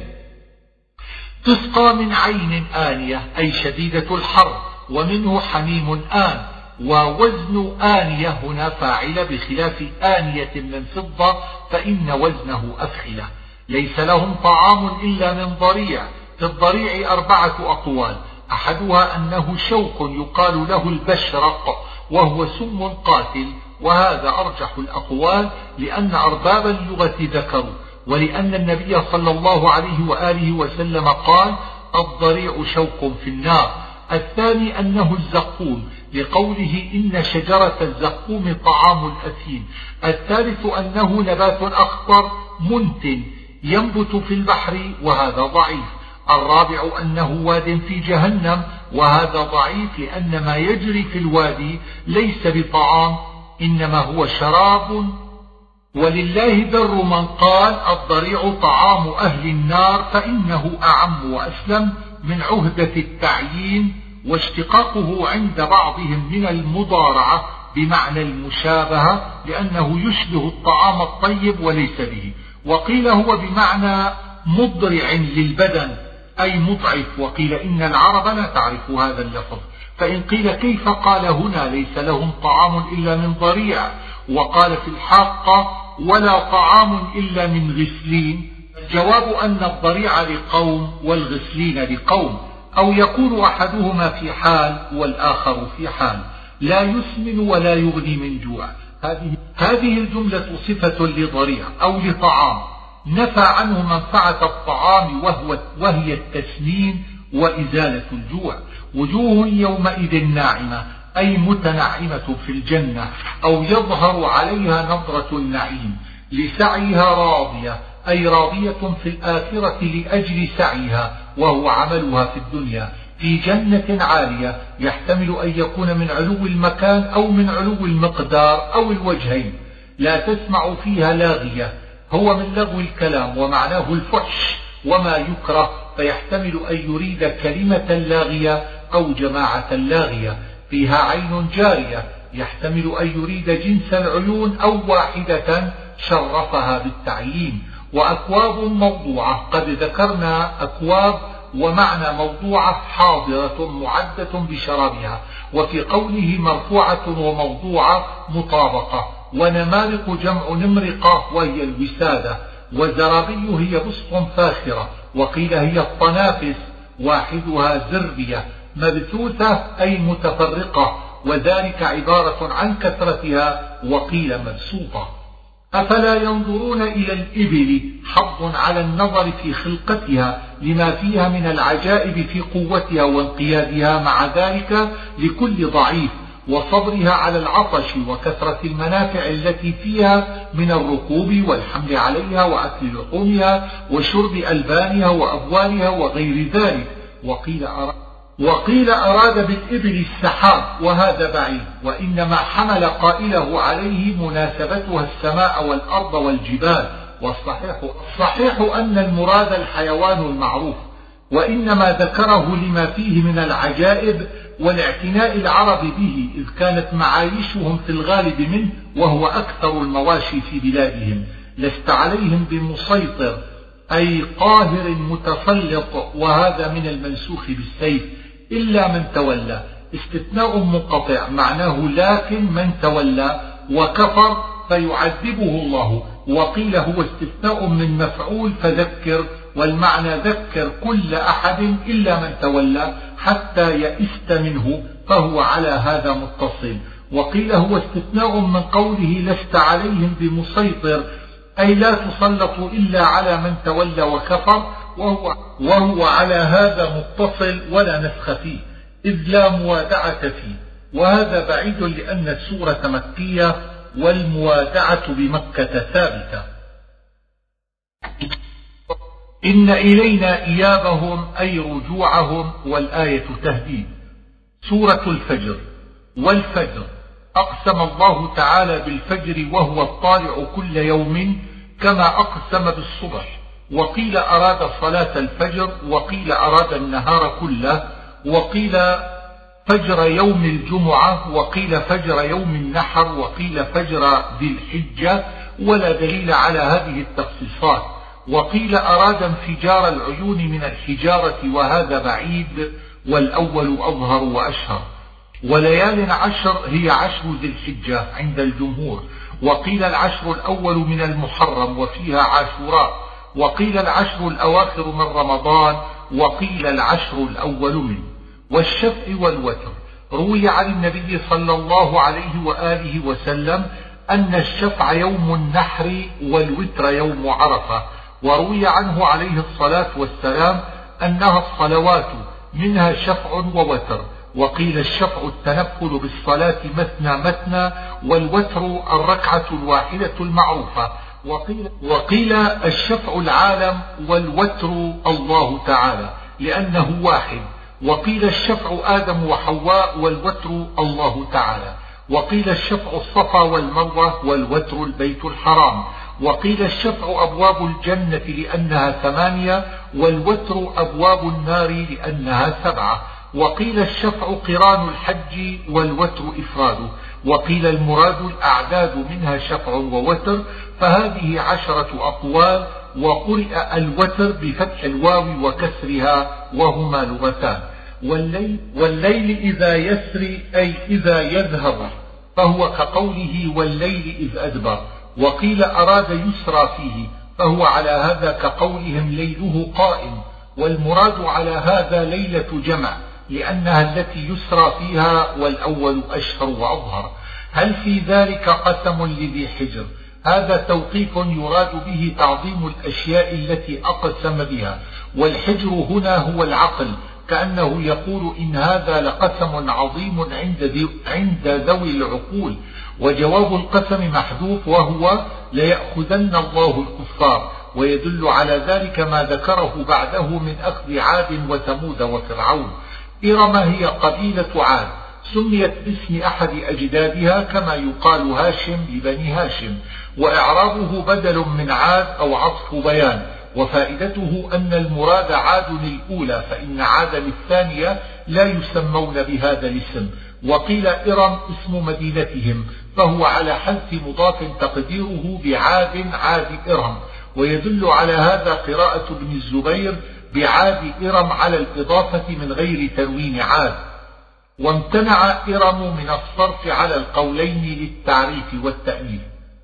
تسقى من عين آنية أي شديدة الحر، ومنه حميم آن، ووزن آنية هنا فاعل بخلاف آنية من فضة فإن وزنه أفخلة. ليس لهم طعام إلا من ضريع. في الضريع 4 أقوال: أحدها أنه شوك يقال له البشرق وهو سم قاتل، وهذا أرجح الأقوال لأن أرباب اللغة ذكروا، ولأن النبي صلى الله عليه وآله وسلم قال: الضريع شوك في النار. الثاني أنه الزقوم لقوله إن شجرة الزقوم طعام الأثيم. الثالث أنه نبات أخضر منتن ينبت في البحر، وهذا ضعيف. الرابع أنه واد في جهنم، وهذا ضعيف لأن ما يجري في الوادي ليس بطعام إنما هو شراب. ولله در من قال الضريع طعام أهل النار، فإنه أعم وأسلم من عهدة التعيين، واشتقاقه عند بعضهم من المضارعة بمعنى المشابهة لأنه يشبه الطعام الطيب وليس به. وقيل هو بمعنى مضرع للبدن أي مضعف، وقيل إن العرب لا تعرف هذا اللفظ. فإن قيل كيف قال هنا ليس لهم طعام إلا من ضريع، وقال في الحاقة ولا طعام إلا من غسلين، الجواب أن الضريع لقوم والغسلين لقوم، أو يكون أحدهما في حال والآخر في حال، لا يسمن ولا يغني من جوع. هذه الجملة صفة لضريع أو لطعام نفى عنه منفعة الطعام وهي التسمين وإزالة الجوع. وجوه يومئذ ناعمة أي متنعمة في الجنة، أو يظهر عليها نظرة النعيم، لسعيها راضية أي راضية في الآخرة لأجل سعيها وهو عملها في الدنيا، في جنة عالية، يحتمل أن يكون من علو المكان أو من علو المقدار أو الوجهين. لا تسمع فيها لاغية، هو من لغو الكلام ومعناه الفحش وما يكره، فيحتمل أن يريد كلمة لاغية أو جماعة لاغية. فيها عين جارية، يحتمل أن يريد جنس العيون أو واحدة شرفها بالتعيين. وأكواب موضوعة، قد ذكرنا أكواب ومعنى موضوعة حاضرة معدة بشرابها. وفي قوله مرفوعة وموضوعة مطابقة. ونمارق جمع نمرقة وهي الوسادة. وزرابي هي بسط فاخرة، وقيل هي الطنافس واحدها زربية مبثوثة أي متفرقة، وذلك عبارة عن كثرتها، وقيل مبسوطة. أفلا ينظرون إلى الإبل حظ على النظر في خلقتها لما فيها من العجائب في قوتها وانقيادها مع ذلك لكل ضعيف، وصبرها على العطش وكثرة المنافع التي فيها من الركوب والحمل عليها وأكل لحومها وشرب ألبانها وأبوالها وغير ذلك. وقيل أراد بالإبل السحاب، وهذا بعيد، وإنما حمل قائله عليه مناسبتها السماء والأرض والجبال. والصحيح أن المراد الحيوان المعروف، وإنما ذكره لما فيه من العجائب والاعتناء العرب به، إذ كانت معايشهم في الغالب منه، وهو أكثر المواشي في بلادهم. لست عليهم بمسيطر أي قاهر متسلط، وهذا من المنسوخ بالسيف، إلا من تولى. استثناء منقطع معناه لكن من تولى وكفر فيعذبه الله. وقيل هو استثناء من مفعول فذكر، والمعنى ذكر كل أحد إلا من تولى حتى يئست منه، فهو على هذا متصل. وقيل هو استثناء من قوله لست عليهم بمسيطر، أي لا تسلط إلا على من تولى وكفر، وهو على هذا متصل ولا نسخ فيه، إذ لا موادعة فيه. وهذا بعيد لأن السورة مكية والموادعة بمكة ثابتة. إن إلينا إيابهم أي رجوعهم، والآية تهديد. سورة الفجر. والفجر أقسم الله تعالى بالفجر وهو الطالع كل يوم كما أقسم بالصبح. وقيل أراد صلاة الفجر، وقيل أراد النهار كله، وقيل فجر يوم الجمعة، وقيل فجر يوم النحر، وقيل فجر ذي الحجة، ولا دليل على هذه التخصيصات. وقيل أراد انفجار العيون من الحجارة، وهذا بعيد، والأول أظهر وأشهر. وليال عشر هي عشر ذي الحجة عند الجمهور. وقيل العشر الأول من المحرم وفيها عاشوراء، وقيل العشر الأواخر من رمضان، وقيل العشر الأول منه. والشفع والوتر روي عن النبي صلى الله عليه وآله وسلم أن الشفع يوم النحر والوتر يوم عرفة. وروي عنه عليه الصلاة والسلام أنها الصلوات منها شفع ووتر. وقيل الشفع التنفل بالصلاة مثنى مثنى، والوتر الركعة الواحدة المعروفة. وقيل الشفع العالم والوتر الله تعالى لأنه واحد. وقيل الشفع آدم وحواء والوتر الله تعالى. وقيل الشفع الصفا والمروة والوتر البيت الحرام. وقيل الشفع أبواب الجنة لأنها 8، والوتر أبواب النار لأنها 7. وقيل الشفع قران الحج والوتر إفراده. وقيل المراد الأعداد منها شفع ووتر، فهذه 10 أقوال. وقرئ الوتر بفتح الواو وكسرها، وهما لغتان. والليل إذا يسري أي إذا يذهب، فهو كقوله والليل إذ أدبر. وقيل أراد يسرى فيه، فهو على هذا كقولهم ليله قائم. والمراد على هذا ليلة جمع، لأنها التي يسرى فيها، والأول أشهر وأظهر. هل في ذلك قسم لذي حجر؟ هذا توقيف يراد به تعظيم الأشياء التي أقسم بها، والحجر هنا هو العقل، كأنه يقول إن هذا لقسم عظيم عند ذوي العقول. وجواب القسم محذوف، وهو ليأخذن الله الكفار. ويدل على ذلك ما ذكره بعده من أخذ عاد وثمود وفرعون. إرم هي قبيلة عاد، سميت باسم أحد أجدادها كما يقال هاشم لبني هاشم، وإعرابه بدل من عاد أو عطف بيان. وفائدته أن المراد عاد الأولى، فإن عاد الثانية لا يسمون بهذا الاسم. وقيل إرم اسم مدينتهم، فهو على حذف مضاف تقديره بعاد عاد إرم. ويدل على هذا قراءة ابن الزبير بعاد إرم على الإضافة من غير تنوين عاد. وامتنع إرم من الصرف على القولين للتعريف والتأنيث.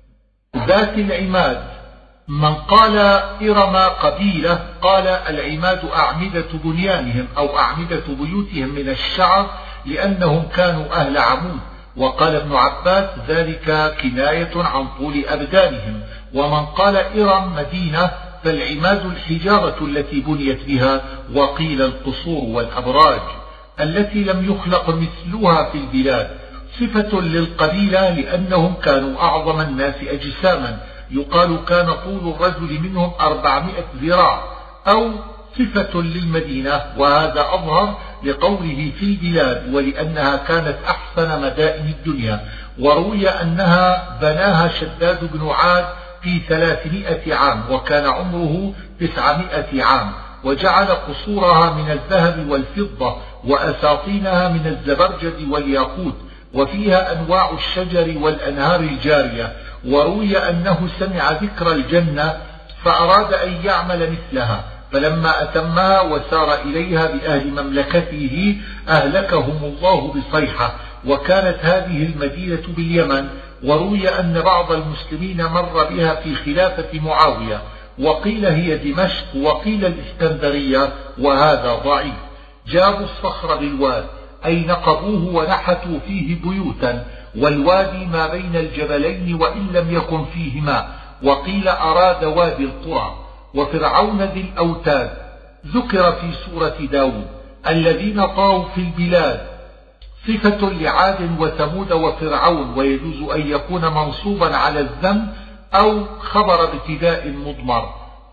ذات العماد، من قال إرم قبيلة قال العماد أعمدة بنيانهم أو أعمدة بيوتهم من الشعر لأنهم كانوا أهل عمود. وقال ابن عباس ذلك كناية عن طول أبدانهم. ومن قال إرم مدينة فالعماد الحجارة التي بنيت بها، وقيل القصور والأبراج التي لم يخلق مثلها في البلاد. صفة للقبيلة لأنهم كانوا أعظم الناس أجساما، يقال كان طول الرجل منهم 400 ذراع. أو صفة للمدينة، وهذا أظهر لقوله في البلاد ولأنها كانت أحسن مدائن الدنيا. وروي أنها بناها شداد بن عاد في 300 عام وكان عمره 900 عام، وجعل قصورها من الذهب والفضة وأساطينها من الزبرجد والياقوت، وفيها أنواع الشجر والأنهار الجارية. وروي أنه سمع ذكر الجنة فأراد أن يعمل مثلها، فلما أتمها وسار إليها بأهل مملكته أهلكهم الله بصيحة. وكانت هذه المدينة باليمن. وروي أن بعض المسلمين مر بها في خلافة معاوية، وقيل هي دمشق وقيل الإسكندرية، وهذا ضعيف. جابوا الصخر بالواد أي نقبوه ونحتوا فيه بيوتا، والوادي ما بين الجبلين وإن لم يكن فيه ماء. وقيل أراد وادي القرى. وفرعون ذي الأوتاد ذكر في سورة داود. الذين طغوا في البلاد صفة لعاد وثمود وفرعون، ويجوز أن يكون منصوبا على الذم أو خبر ابتداء مضمر.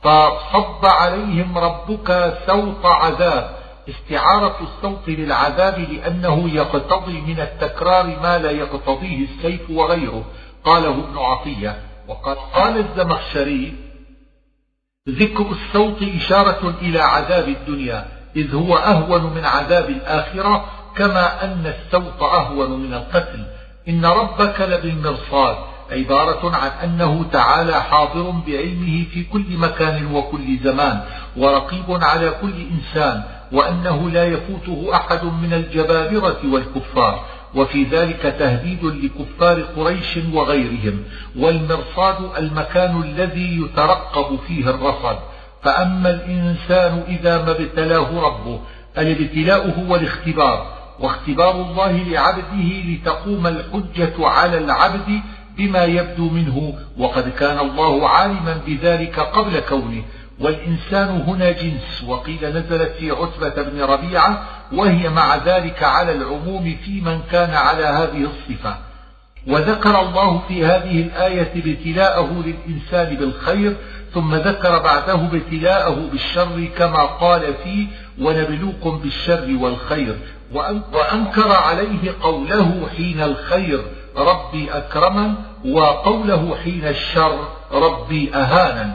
فصب عليهم ربك سوط عذاب، استعارة الصوت للعذاب لأنه يقتضي من التكرار ما لا يقتضيه السيف وغيره، قاله ابن عطية. وقال الزمخشري ذكر الصوت إشارة إلى عذاب الدنيا إذ هو أهون من عذاب الآخرة، كما أن السوط أهون من القتل. إن ربك لبالمرصاد عبارة عن أنه تعالى حاضر بعلمه في كل مكان وكل زمان، ورقيب على كل إنسان، وأنه لا يفوته أحد من الجبابرة والكفار. وفي ذلك تهديد لكفار قريش وغيرهم. والمرصاد المكان الذي يترقب فيه الرصد. فأما الإنسان إذا ما ابتلاه ربه، الابتلاء هو الاختبار، واختبار الله لعبده لتقوم الحجة على العبد بما يبدو منه، وقد كان الله عالما بذلك قبل كونه. والإنسان هنا جنس، وقيل نزلت في عتبة بن ربيعة، وهي مع ذلك على العموم في من كان على هذه الصفة. وذكر الله في هذه الآية ابتلاءه للإنسان بالخير، ثم ذكر بعده ابتلاءه بالشر كما قال فيه ونبلوكم بالشر والخير. وأنكر عليه قوله حين الخير ربي أكرمن، وقوله حين الشر ربي أهانا.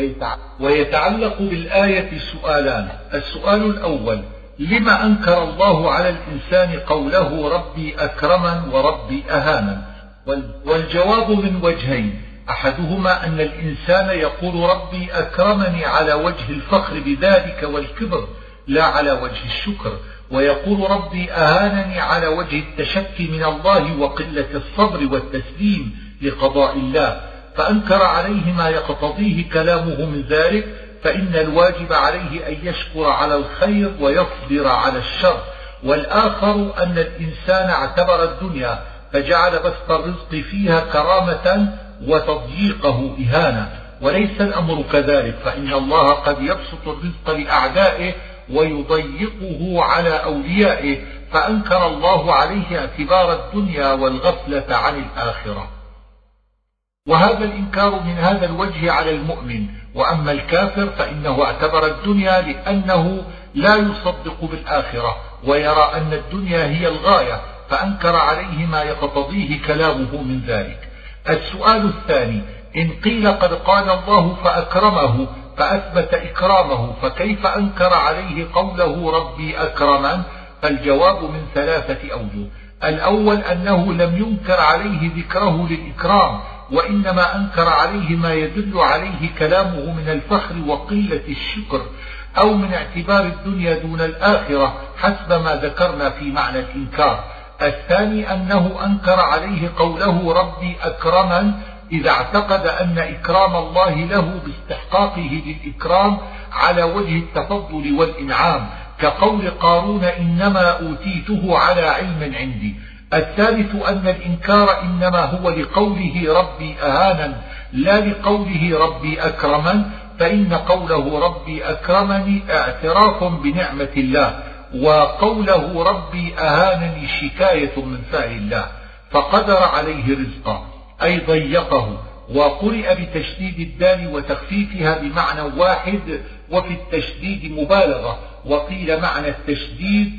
ويتعلق بالآية سؤالان. السؤال الأول: لما أنكر الله على الإنسان قوله ربي أكرمن وربي أهانا؟ والجواب من وجهين: أحدهما أن الإنسان يقول ربي أكرمني على وجه الفخر بذلك والكبر لا على وجه الشكر، ويقول ربي أهانني على وجه التشكي من الله وقلة الصبر والتسليم لقضاء الله، فأنكر عليه ما يقتضيه كلامه من ذلك. فإن الواجب عليه أن يشكر على الخير ويصبر على الشر. والآخر أن الإنسان اعتبر الدنيا فجعل بسط الرزق فيها كرامة وتضييقه إهانة، وليس الأمر كذلك، فإن الله قد يبسط الرزق لأعدائه ويضيقه على أوليائه، فأنكر الله عليه اعتبار الدنيا والغفلة عن الآخرة. وهذا الإنكار من هذا الوجه على المؤمن. وأما الكافر فإنه اعتبر الدنيا لأنه لا يصدق بالآخرة ويرى أن الدنيا هي الغاية، فأنكر عليه ما يقتضيه كلامه من ذلك. السؤال الثاني: إن قيل قد قال الله فأكرمه فأثبت إكرامه، فكيف أنكر عليه قوله ربي أكرمن؟ فالجواب من 3 أوجه. الأول أنه لم ينكر عليه ذكره للإكرام، وإنما أنكر عليه ما يدل عليه كلامه من الفخر وقلة الشكر. أو من اعتبار الدنيا دون الآخرة حسب ما ذكرنا في معنى الإنكار. الثاني أنه أنكر عليه قوله ربي أكرمن إذا اعتقد أن إكرام الله له باستحقاقه للإكرام على وجه التفضل والإنعام، كقول قارون إنما أوتيته على علم عندي. الثالث أن الإنكار إنما هو لقوله ربي أهانا لا لقوله ربي أكرمن، فإن قوله ربي أكرمني اعتراف بنعمة الله، وقوله ربي أهانني شكاية من فعل الله، فقدر عليه رزقا أي ضيقه. وقرئ بتشديد الدال وتخفيفها بمعنى واحد، وفي التشديد مبالغة، وقيل معنى التشديد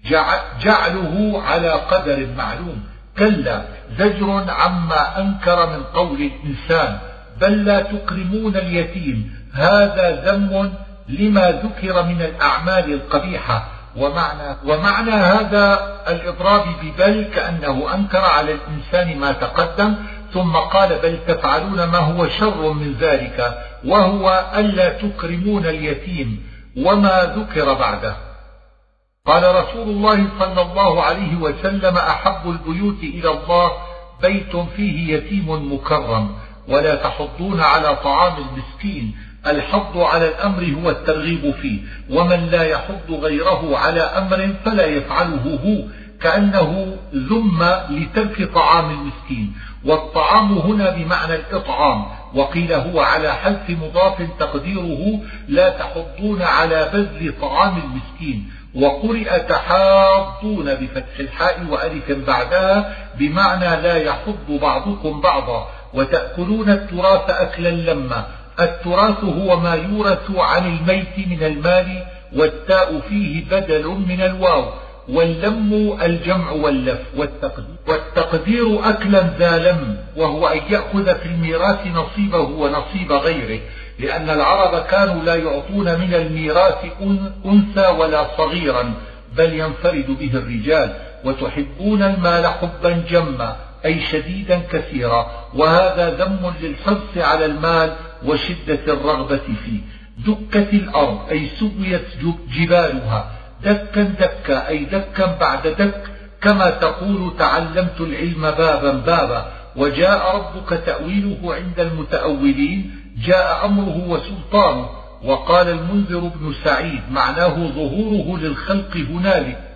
جعله على قدر معلوم. كلا زجر عما أنكر من قول الإنسان، بل لا تكرمون اليتيم، هذا ذم لما ذكر من الأعمال القبيحة. ومعنى هذا الإضراب ببل كأنه أنكر على الإنسان ما تقدم، ثم قال بل تفعلون ما هو شر من ذلك، وهو ألا تكرمون اليتيم وما ذكر بعده. قال رسول الله صلى الله عليه وسلم أحب البيوت إلى الله بيت فيه يتيم مكرم، ولا تحضون على طعام المسكين. الحض على الأمر هو الترغيب فيه، ومن لا يحض غيره على أمر فلا يفعله هو، كأنه ذم لترك طعام المسكين. والطعام هنا بمعنى الإطعام، وقيل هو على حذف مضاف تقديره لا تحضون على بذل طعام المسكين. وقرئ تحاضون بفتح الحاء وألف بعدها بمعنى لا يحض بعضكم بعضا. وتأكلون التراث أكلا لما، التراث هو ما يورث عن الميت من المال، والتاء فيه بدل من الواو، واللم الجمع واللف. والتقدير أكلا ذا لم، وهو أن يأخذ في الميراث نصيبه ونصيب غيره، لأن العرب كانوا لا يعطون من الميراث أنثى ولا صغيرا، بل ينفرد به الرجال. وتحبون المال حبا جما أي شديدا كثيرا، وهذا ذم للحرص على المال وشدة الرغبة فيه. دكت الأرض أي سويت جبالها، دكا دكا أي دكا بعد دك، كما تقول تعلمت العلم بابا بابا. وجاء ربك تأويله عند المتأولين جاء أمره وسلطانه. وقال المنذر بن سعيد معناه ظهوره للخلق هنالك،